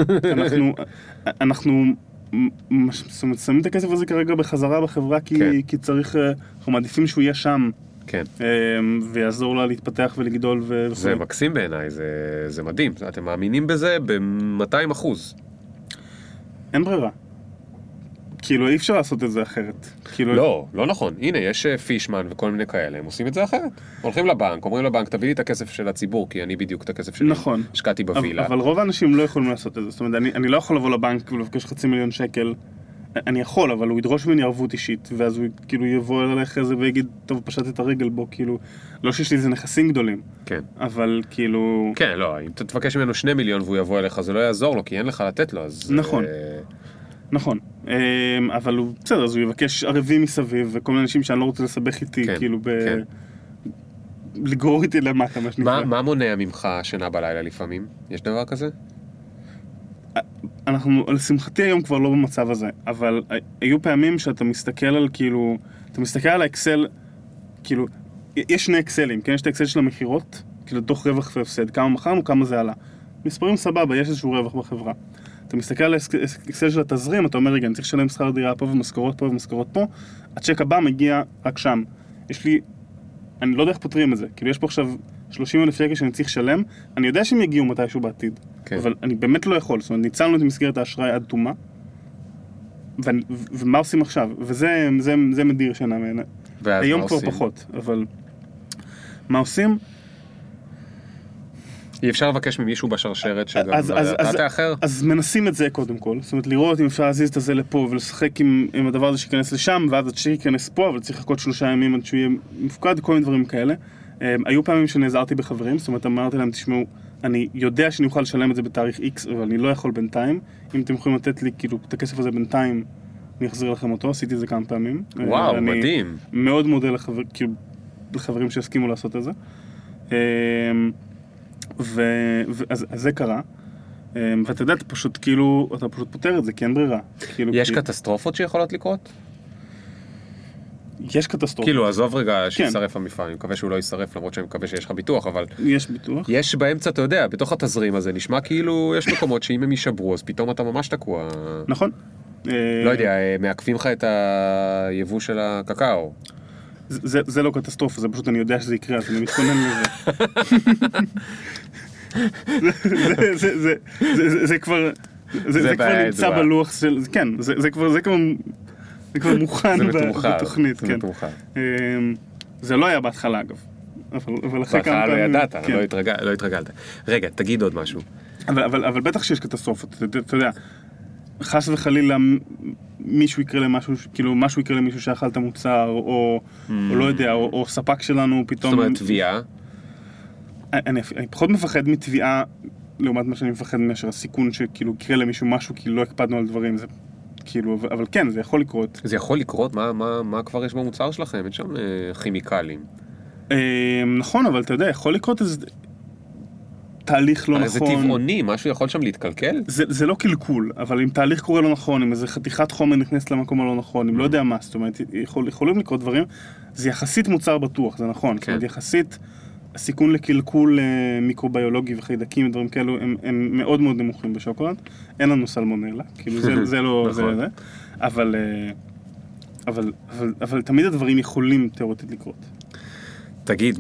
אנחנו שמים את הכסף הזה כרגע בחזרה בחברה, כי צריך... אנחנו מעדיפים שהוא יהיה שם. כן. ויעזור לה להתפתח ולגדול וכו'. זה מקסים בעיניי, זה מדהים. אתם מאמינים בזה ב-200%. אין ברירה. כאילו, אי אפשר לעשות את זה אחרת. לא נכון. הנה, יש פישמן וכל מיני כאלה, הם עושים את זה אחרת. הולכים לבנק, אומרים לבנק, תביא לי את הכסף של הציבור, כי אני בדיוק את הכסף שלי. נכון. השקעתי בווילה. אבל רוב האנשים לא יכולים לעשות את זה. זאת אומרת, אני לא יכול לבוא לבנק ולבקש 500,000 שקל. אני יכול, אבל הוא ידרוש ממני ערבות אישית, ואז הוא כאילו יבוא אליך איזה ויגיד, טוב, פשט את הרגל בו, כאילו, לא שיש לי איזה נכסים גדולים. כן. אבל כאילו... כן, לא, אם תבקש ממנו 2 מיליון והוא יבוא אליך, זה לא יעזור לו, כי אין לך לתת לו, אז... נכון. נכון, אבל הוא בסדר, אז הוא יבקש ערבים מסביב, וכל מיני אנשים שאני לא רוצה לסבך איתי, כאילו לגרור איתי למטה, מה שנקרא. מה מונע ממך שינה בלילה לפעמים? יש דבר כזה? אנחנו, לשמחתי היום כבר לא במצב הזה, אבל היו פעמים שאתה מסתכל על כאילו, אתה מסתכל על האקסל, כאילו, יש 2 אקסלים, כן? יש את האקסל של המחירות, כאילו דוח רווח והפסד, כמה מכרנו, כמה זה עלה. מספרים סבבה, יש איזשהו רווח בחברה. אתה מסתכל על האקסל של התזרים, אתה אומר, רגע, אני צריך לשלם שכר דירה פה ומשכורות פה ומשכורות פה, הצ'ק הבא מגיע רק שם. יש לי, אני לא יודע איך פותרים את זה, כאילו יש פה עכשיו 30,000 שקל שאני צריך לשלם, אני יודע שהם יגיעו מתישהו בעתיד, אבל אני באמת לא יכול, זאת אומרת, ניצלנו את מסגרת האשראי עד תומה, ומה עושים עכשיו? וזה מדיר שינה מעיני. היום כבר פחות, אבל מה עושים? אי אפשר לבקש ממישהו בשרשרת שגם אתה תאחר? אז מנסים את זה קודם כל, זאת אומרת לראות אם אפשר להזיז את זה לפה ולשחק עם הדבר הזה שיכנס לשם, ואז עד שייכנס פה, אבל צריך לחכות 3 ימים עד שהוא יהיה מופקד, כל מיני דברים כאלה. היו פעמים שנעזרתי בחברים, זאת אומרת אמרתי להם, תשמעו, אני יודע שאני אוכל לשלם את זה בתאריך X, אבל אני לא יכול בינתיים. אם אתם יכולים לתת לי כאילו את הכסף הזה בינתיים, אני אחזיר לכם אותו, עשיתי את זה כמה פעמים. וואו, מדהים. מאוד מודה לחברים שהסכימו לעשות את זה. אז זה קרה. ואתה יודע, אתה פשוט פותר את זה, כי אין ברירה. יש קטסטרופות שיכולות לקרות? יש קטסטרופות. כאילו, עזוב רגע שישרף המפעל, אני מקווה שהוא לא ישרף, למרות שאני מקווה שיש לך ביטוח, אבל... יש ביטוח. יש באמצע, אתה יודע, בתוך התזרים הזה, נשמע כאילו יש מקומות שאם הם יישברו, אז פתאום אתה ממש תקוע. נכון. לא יודע, מעקפים לך את היבוא של הקקאו. זה לא קטסטרופה, זה פשוט אני יודע שזה יקרה, אז אני מתכונן לזה. זה כבר נמצא בלוח של... כן, זה כבר מוכן בתוכנית. זה מתומחר. זה לא היה בהתחלה אגב. בהתחלה לא ידעת, לא התרגלת. רגע, תגיד עוד משהו. אבל בטח שיש קטסטרופות, אתה יודע, חס וחלילה מישהו יקרה למשהו, כאילו משהו יקרה למישהו שאכל את המוצר, או לא יודע, או ספק שלנו פתאום... זאת אומרת, תביעה? אני פחות מפחד מתביעה, לעומת מה שאני מפחד מאשר הסיכון שכאילו יקרה למישהו משהו, כאילו לא הקפדנו על דברים, זה כאילו, אבל כן, זה יכול לקרות. זה יכול לקרות? מה כבר יש במוצר שלכם? אין שם כימיקלים. נכון, אבל אתה יודע, יכול לקרות איזה... תהליך לא נכון. זה טבעוני, משהו יכול שם להתקלקל? זה לא קלקול, אבל אם תהליך קורה לא נכון, אם איזה חתיכת חומר נכנס למקום הלא נכון, אם לא יודע מה, זאת אומרת, יכולים לקרות דברים, זה יחסית מוצר בטוח, זה נכון. זאת אומרת, יחסית, הסיכון לקלקול מיקרוביולוגי וחיידקים ודברים כאלו, הם מאוד מאוד נמוכים בשוקולד. אין לנו סלמונלה, כאילו זה לא זה. אבל תמיד הדברים יכולים תיאורטית לקרות. תגיד,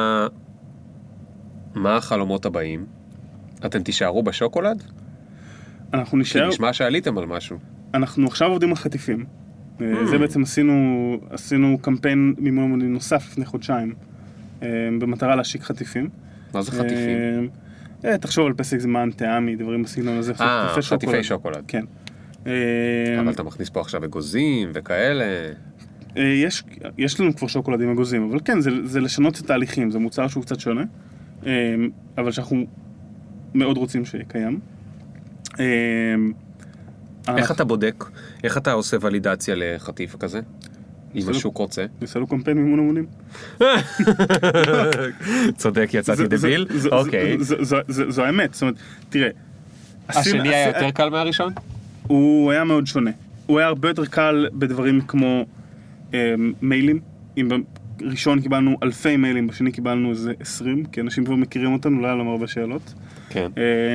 מה החלומות הבאים? אתם תישארו בשוקולד? אנחנו נשאר... כי נשמע שעליתם על משהו. אנחנו עכשיו עובדים על חטיפים. זה בעצם עשינו קמפיין מימון נוסף לפני חודשיים, במטרה להשיק חטיפים. מה זה חטיפים? תחשוב על פסק זמן, טעמי, דברים בסגנון הזה. חטיפי שוקולד. כן. אבל אתה מכניס פה עכשיו אגוזים וכאלה. יש לנו כבר שוקולד עם אגוזים, אבל כן, זה לשנות את התהליכים, זה מוצר שהוא קצת שונה. אבל שאנחנו מאוד רוצים שיהיה קיים. איך אתה בודק? איך אתה עושה ולידציה לחטיף כזה? אם השוק רוצה? נעשה לו קמפיין מימון המונים. צודק, יצאתי דביל? אוקיי. זו האמת, זאת אומרת, תראה. השני היה יותר קל מהראשון? הוא היה מאוד שונה. הוא היה הרבה יותר קל בדברים כמו מיילים. ראשון קיבלנו אלפי מיילים, בשני קיבלנו איזה 20, כי אנשים כבר מכירים אותנו, לא היה להם הרבה שאלות. כן.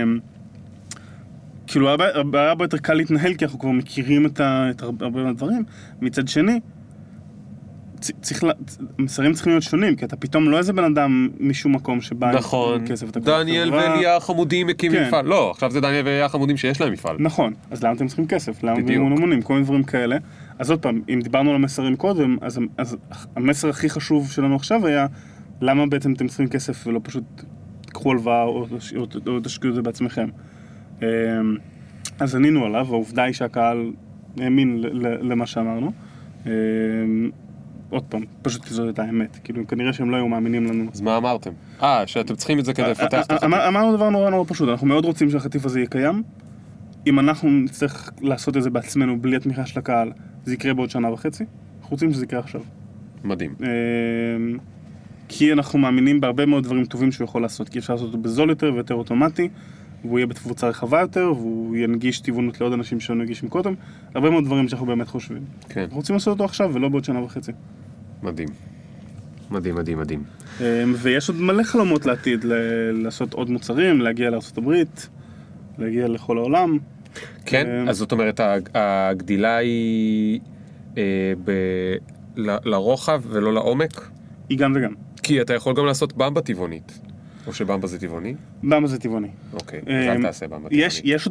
כאילו, היה הרבה יותר קל להתנהל, כי אנחנו כבר מכירים את הרבה מהדברים. מצד שני, מסרים צריכים להיות שונים, כי אתה פתאום לא איזה בן אדם משום מקום שבא עם כסף. דניאל ואליה חמודים מקים מפעל. לא, עכשיו זה דניאל ואליה חמודים שיש להם מפעל. נכון, אז למה אתם צריכים כסף? למה מימון המונים? כל מיני דברים כאלה. אז עוד פעם, אם דיברנו על המסרים קודם, אז המסר הכי חשוב שלנו עכשיו היה, למה בעצם אתם צריכים כסף ולא פשוט תקחו הלוואה או תשקיעו את זה בעצמכם. אז ענינו עליו, והעובדה היא שהקהל האמין למה שאמרנו. עוד פעם, פשוט זאת את האמת. כאילו, כנראה שהם לא היו מאמינים לנו. אז מה אמרתם? שאתם צריכים את זה כדי לפתח את החטיף. אמרנו דבר נורא נורא פשוט, אנחנו מאוד רוצים שהחטיף הזה יהיה קיים. אם אנחנו נצטרך לעשות את זה בעצמנו בלי התמיכה של הקהל, זה יקרה בעוד 1.5 שנה. אנחנו רוצים שזה יקרה עכשיו. מדהים. כי אנחנו מאמינים בהרבה מאוד דברים טובים שהוא יכול לעשות, כי אפשר לעשות אותו בזול יותר ויותר אוטומטי, והוא יהיה בתפוצה רחבה יותר, והוא ינגיש טבעונות לעוד אנשים שלא נגישים קודם. הרבה מאוד דברים שאנחנו באמת חושבים. כן. אנחנו רוצים לעשות אותו עכשיו ולא בעוד 1.5 שנה. מדהים. מדהים, מדהים, מדהים. ויש עוד מלא חלומות לעתיד, לעשות עוד מוצרים, להגיע לארצות הברית, להגיע לכל העולם. כן, אז זאת אומרת, הגדילה היא לרוחב ולא לעומק? היא גם וגם. כי אתה יכול גם לעשות במבה טבעונית. או שבמבה זה טבעוני? במבה זה טבעוני. אוקיי, אז אל תעשה במבה טבעונית.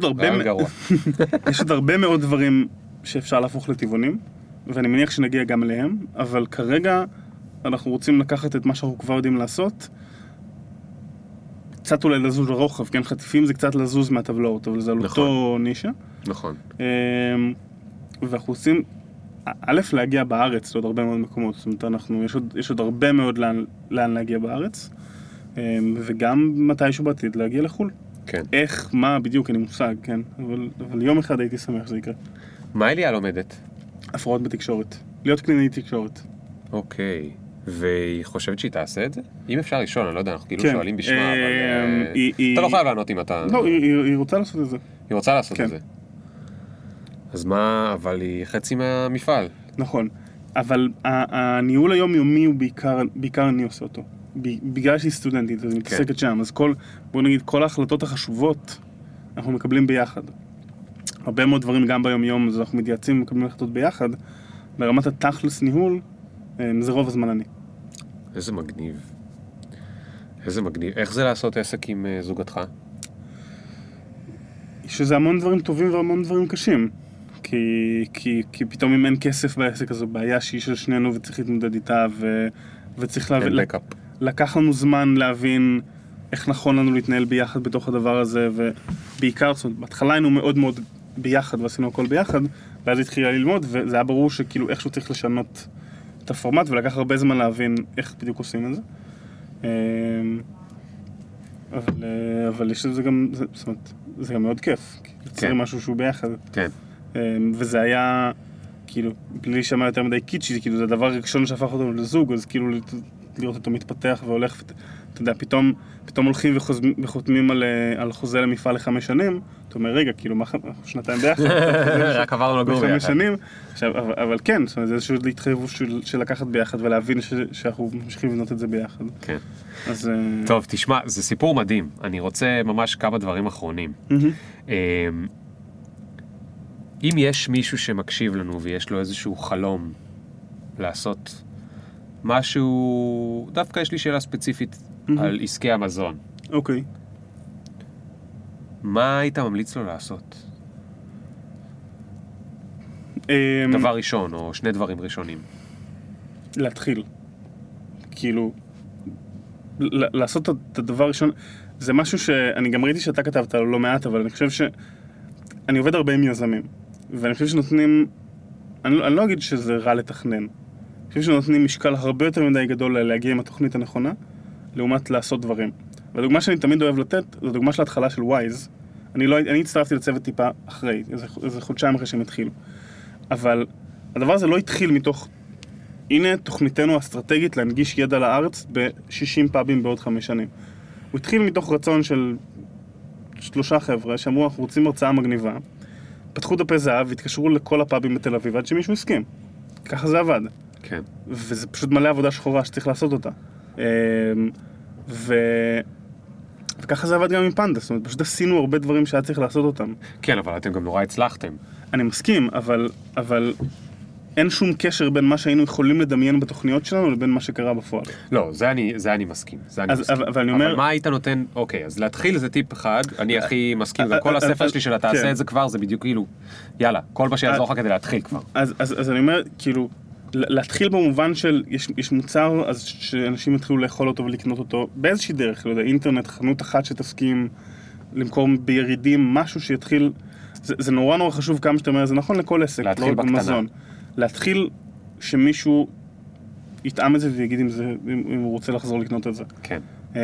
יש עוד הרבה מאוד דברים שאפשר להפוך לטבעונים, ואני מניח שנגיע גם אליהם, אבל כרגע אנחנו רוצים לקחת את מה שאנחנו כבר יודעים לעשות, קצת אולי לזוז לרוחב, כן, חטיפים זה קצת לזוז מהטבלאות, אבל זה על אותו נישה. נכון. ואנחנו עושים, א', להגיע בארץ לעוד הרבה מאוד מקומות, זאת אומרת, יש עוד הרבה מאוד לאן להגיע בארץ, וגם מתישהו בעתיד להגיע לחול. כן. איך, מה, בדיוק, אין לי מושג, כן, אבל יום אחד הייתי שמח שזה יקרה. מה אליה לומדת? הפרעות בתקשורת. להיות קלינאית תקשורת. אוקיי. והיא חושבת שהיא תעשה את זה? אם אפשר לשאול, אני לא יודע, אנחנו כאילו שואלים בשמה, אבל... אתה לא חייב לענות אם אתה... לא, היא רוצה לעשות את זה. היא רוצה לעשות את זה. אז מה, אבל היא חצי מהמפעל. נכון. אבל הניהול היומיומי הוא בעיקר אני עושה אותו. בגלל שהיא סטודנטית, אז היא מתעסקת שם. אז בואו נגיד, כל ההחלטות החשובות אנחנו מקבלים ביחד. הרבה מאוד דברים גם ביום-יום, אז אנחנו מתייעצים ומקבלים החלטות ביחד. ברמת התכלס ניהול, זה רוב הזמן אני. איזה מגניב. איזה מגניב. איך זה לעשות עסק עם זוגתך? שזה המון דברים טובים והמון דברים קשים. כי פתאום אם אין כסף בעסק, אז זו בעיה שהיא של שנינו וצריך להתמודד איתה, וצריך לקח לנו זמן להבין איך נכון לנו להתנהל ביחד בתוך הדבר הזה, ובעיקר, זאת אומרת, בהתחלה היינו מאוד מאוד ביחד ועשינו הכל ביחד, ואז התחילה ללמוד, וזה היה ברור שכאילו איכשהו צריך לשנות את הפורמט, ולקח הרבה זמן להבין איך בדיוק עושים את זה. אבל יש לזה גם, זאת אומרת, זה גם מאוד כיף, יוצר משהו שהוא ביחד. כן. וזה היה, כאילו, בלי להישמע יותר מדי קיצ'י, כאילו, זה הדבר הראשון שהפך אותנו לזוג, אז כאילו, לראות אותו מתפתח והולך, אתה יודע, פתאום הולכים וחותמים על חוזה למפעל ל5 שנים, אתה אומר, רגע, כאילו, מה, שנתיים ביחד? רק עברנו לגור ביחד. 5 שנים, אבל כן, זאת אומרת, זה איזשהו להתחייבות של לקחת ביחד, ולהבין שאנחנו ממשיכים לבנות את זה ביחד. כן. טוב, תשמע, זה סיפור מדהים. אני רוצה ממש כמה דברים אחרונים. אם יש מישהו שמקשיב לנו ויש לו איזשהו חלום לעשות משהו, דווקא יש לי שאלה ספציפית על עסקי המזון. אוקיי. מה היית ממליץ לו לעשות? דבר ראשון, או שני דברים ראשונים. להתחיל. כאילו, לעשות את הדבר הראשון, זה משהו שאני גם ראיתי שאתה כתבת לא מעט, אבל אני חושב אני עובד הרבה עם יזמים. ואני חושב שנותנים, אני לא אגיד שזה רע לתכנן. אני חושב שנותנים משקל הרבה יותר מדי גדול להגיע עם התוכנית הנכונה, לעומת לעשות דברים. והדוגמה שאני תמיד אוהב לתת, זו דוגמה של ההתחלה של וויז. אני הצטרפתי לצוות טיפה אחרי, איזה חודשיים אחרי שהם התחילו. אבל הדבר הזה לא התחיל מתוך, הנה תוכניתנו האסטרטגית להנגיש ידע לארץ ב-60 פאבים בעוד 5 שנים. הוא התחיל מתוך רצון של 3 חבר'ה שאמרו, אנחנו רוצים הרצאה מגניבה, פתחו דפי זהב והתקשרו לכל הפאבים בתל אביב עד שמישהו הסכים. ככה זה עבד. כן. וזה פשוט מלא עבודה שחורה שצריך לעשות אותה. וככה זה עבד גם עם פנדה, זאת אומרת, פשוט עשינו הרבה דברים שהיה צריך לעשות אותם. כן, אבל אתם גם נורא הצלחתם. אני מסכים, אבל אין שום קשר בין מה שהיינו יכולים לדמיין בתוכניות שלנו לבין מה שקרה בפועל. לא, זה אני מסכים. אבל מה היית נותן, אוקיי, אז להתחיל זה טיפ אחד, אני הכי מסכים, וכל הספר שלי של תעשה את זה כבר, זה בדיוק כאילו, יאללה, כל מה שיעזור לך כדי להתחיל כבר. אז אני אומר, כאילו, להתחיל במובן של, יש מוצר, אז שאנשים יתחילו לאכול אותו ולקנות אותו באיזושהי דרך, לא יודע, אינטרנט, חנות אחת שתסכים למכור בירידים, משהו שיתחיל, זה נורא נורא חשוב כמה שאתה אומר, זה נכון לכל עסק, להתחיל לא בקטנה. להתחיל שמישהו יטעם את זה ויגיד אם הוא רוצה לחזור לקנות את זה. כן.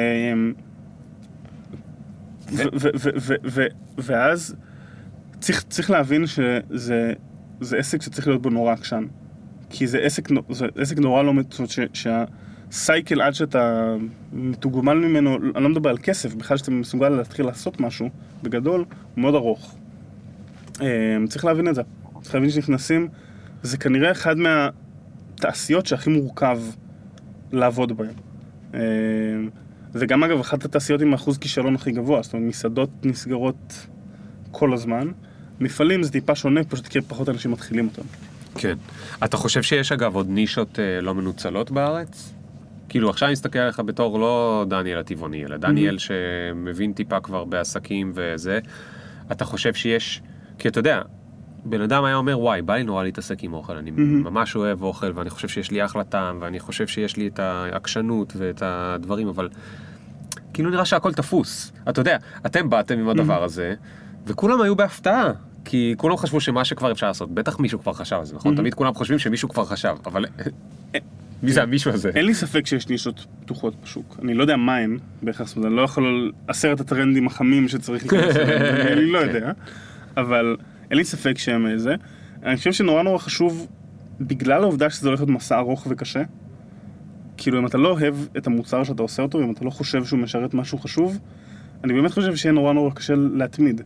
ואז צריך להבין שזה עסק שצריך להיות בו נורא עקשן. כי זה עסק נורא לא, זאת אומרת שהסייקל עד שאתה מתוגמל ממנו, אני לא מדבר על כסף, בכלל שאתה מסוגל להתחיל לעשות משהו בגדול, הוא מאוד ארוך. צריך להבין את זה. צריך להבין שנכנסים, זה כנראה אחד מהתעשיות שהכי מורכב לעבוד בהן. וגם אגב, אחת התעשיות עם האחוז כישלון הכי גבוה, זאת אומרת, מסעדות נסגרות כל הזמן, מפעלים זה טיפה שונה, פשוט כי פחות אנשים מתחילים אותם. כן. אתה חושב שיש אגב עוד נישות לא מנוצלות בארץ? כאילו עכשיו אני מסתכל עליך בתור לא דניאל הטבעוני, אלא דניאל שמבין טיפה כבר בעסקים וזה. אתה חושב שיש, כי אתה יודע, בן אדם היה אומר, וואי, בא לי נורא להתעסק עם אוכל, אני ממש אוהב אוכל, ואני חושב שיש לי אחלה טעם, ואני חושב שיש לי את העקשנות ואת הדברים, אבל כאילו נראה שהכל תפוס. אתה יודע, אתם באתם עם הדבר הזה, וכולם היו בהפתעה, כי כולם חשבו שמה שכבר אפשר לעשות, בטח מישהו כבר חשב על זה, נכון? תמיד כולם חושבים שמישהו כבר חשב, אבל מי זה המישהו הזה? אין לי ספק שיש נישות פתוחות בשוק. אני לא יודע מה הן, בהכרח, אני לא יכול 10 הטרנדים החמים שצריך להיכנס אליהם, אני לא יודע, אבל אין לי ספק שהם זה. אני חושב שנורא חשוב, בגלל העובדה שזה הולך להיות מסע ארוך וקשה, כאילו אם אתה לא אוהב את המוצר שאתה עושה אותו, אם אתה לא חושב שהוא משרת משהו חשוב, אני באמת חושב שיהיה נורא קשה להתמיד.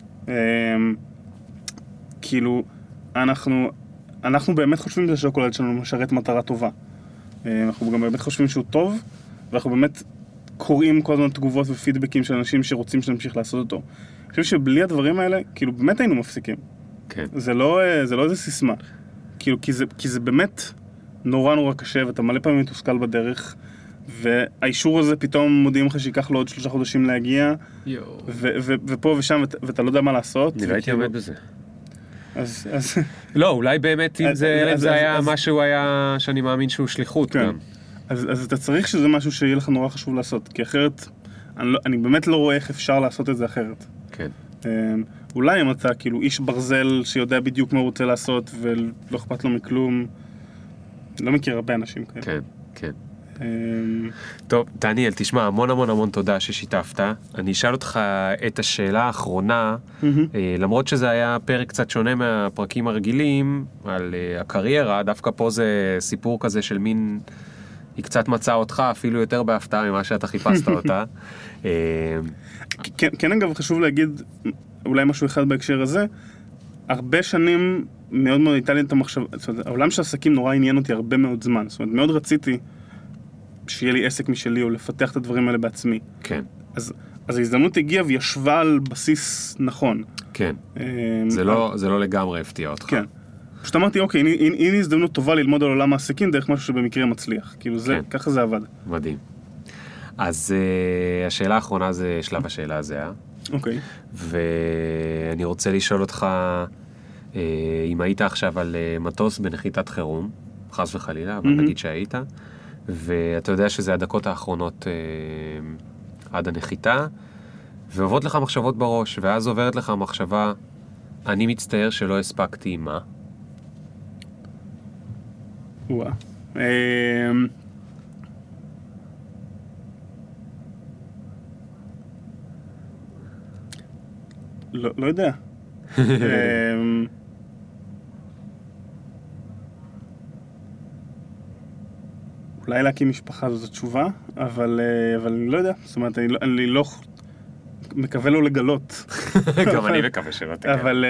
כאילו, אנחנו באמת חושבים שהשוקולד שלנו משרת מטרה טובה. אנחנו גם באמת חושבים שהוא טוב, ואנחנו באמת קוראים כל הזמן תגובות ופידבקים של אנשים שרוצים שנמשיך לעשות אותו. אני חושב שבלי הדברים האלה, כאילו באמת היינו מפסיקים. כן. זה לא איזה סיסמה. כאילו, כי זה באמת נורא קשה, ואתה מלא פעמים מתוסכל בדרך, והאישור הזה פתאום מודיעים לך שיקח לו עוד 3 חודשים להגיע, ופה ושם, ואתה לא יודע מה לעשות. אני לא הייתי עומד בזה. אז לא, אולי באמת אם זה היה משהו היה שאני מאמין שהוא שליחות גם. אז אתה צריך שזה משהו שיהיה לך נורא חשוב לעשות, כי אחרת אני באמת לא רואה איך אפשר לעשות את זה אחרת. כן. אולי אם אתה כאילו איש ברזל שיודע בדיוק מה הוא רוצה לעשות ולא אכפת לו מכלום, לא מכיר הרבה אנשים כאלה. כן, כן. טוב, דניאל, תשמע, המון תודה ששיתפת. אני אשאל אותך את השאלה האחרונה, למרות שזה היה פרק קצת שונה מהפרקים הרגילים על הקריירה, דווקא פה זה סיפור כזה של מין, היא קצת מצאה אותך אפילו יותר בהפתעה ממה שאתה חיפשת אותה. כן, אגב, חשוב להגיד אולי משהו אחד בהקשר הזה, הרבה שנים מאוד הייתה לי את המחשבה, זאת אומרת, העולם של עסקים נורא עניין אותי הרבה מאוד זמן, זאת אומרת, מאוד רציתי שיהיה לי עסק משלי או לפתח את הדברים האלה בעצמי. כן. אז ההזדמנות הגיעה וישבה על בסיס נכון. כן. זה לא לגמרי הפתיע אותך. כן. פשוט אמרתי, אוקיי, הנה הזדמנות טובה ללמוד על עולם העסקים דרך משהו שבמקרה מצליח. כאילו זה, ככה זה עבד. מדהים. אז השאלה האחרונה זה שלב השאלה הזה, אוקיי. ואני רוצה לשאול אותך, אם היית עכשיו על מטוס בנחיתת חירום, חס וחלילה, אבל נגיד שהיית, ואתה יודע שזה הדקות האחרונות עד הנחיתה, ועוברות לך מחשבות בראש, ואז עוברת לך מחשבה, אני מצטער שלא הספקתי מה? לא יודע. אולי להקים משפחה זו תשובה, אבל אני לא יודע. זאת אומרת, אני לא מקווה לו לגלות. גם אני מקווה שלא תגלה. אבל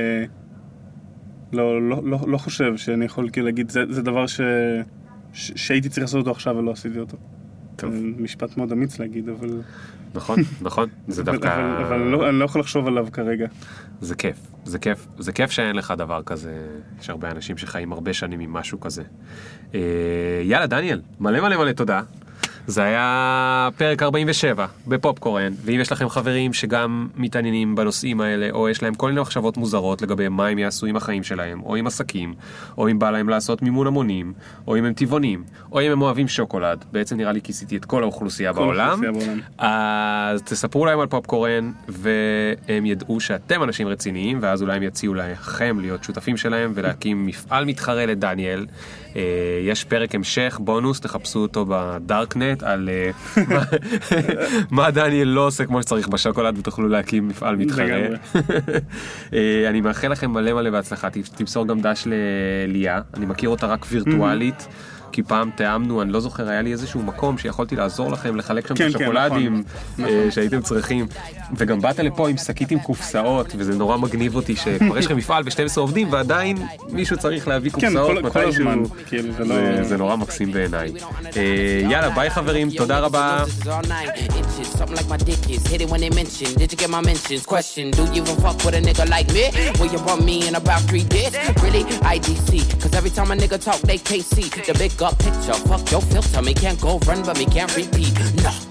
לא חושב שאני יכול להגיד, זה דבר שהייתי צריך לעשות אותו עכשיו ולא עשיתי אותו. משפט מאוד אמיץ להגיד, אבל... נכון, זה דווקא... אבל אני לא יכול לחשוב עליו כרגע. זה כיף שאין לך דבר כזה, יש הרבה אנשים שחיים הרבה שנים עם משהו כזה. יאללה, דניאל, מלא תודה. זה היה פרק 47 בפופקורן, ואם יש לכם חברים שגם מתעניינים בנושאים האלה, או יש להם כל מיני מחשבות מוזרות לגבי מה הם יעשו עם החיים שלהם, או עם עסקים, או אם בא להם לעשות מימון המונים, או אם הם טבעונים, או אם הם אוהבים שוקולד, בעצם נראה לי כיסיתי את כל האוכלוסייה בעולם, אז תספרו להם על פופקורן, והם ידעו שאתם אנשים רציניים, ואז אולי הם יציעו לכם להיות שותפים שלהם, ולהקים מפעל מתחרה לדניאל. יש פרק המשך, בונוס, תחפשו אותו בדארקנט, על מה דניאל לא עושה כמו שצריך בשוקולד, ותוכלו להקים מפעל מתחרה. אני מאחל לכם מלא בהצלחה, תמסור גם דש לליה, אני מכיר אותה רק וירטואלית, כי פעם תאמנו, אני לא זוכר, היה לי איזשהו מקום שיכולתי לעזור לכם לחלק שם את השוקולדים שהייתם צריכים, וגם באת לפה עם שקית עם קופסאות, וזה נורא מגניב אותי שכבר יש לכם מפעל ו12 עובדים, ועדיין מישהו צריך להביא קופסאות מתישהו, זה נורא מקסים בעיניי. יאללה, ביי חברים, תודה רבה. Up picture, fuck your filter, me can't go run but me can't repeat. No.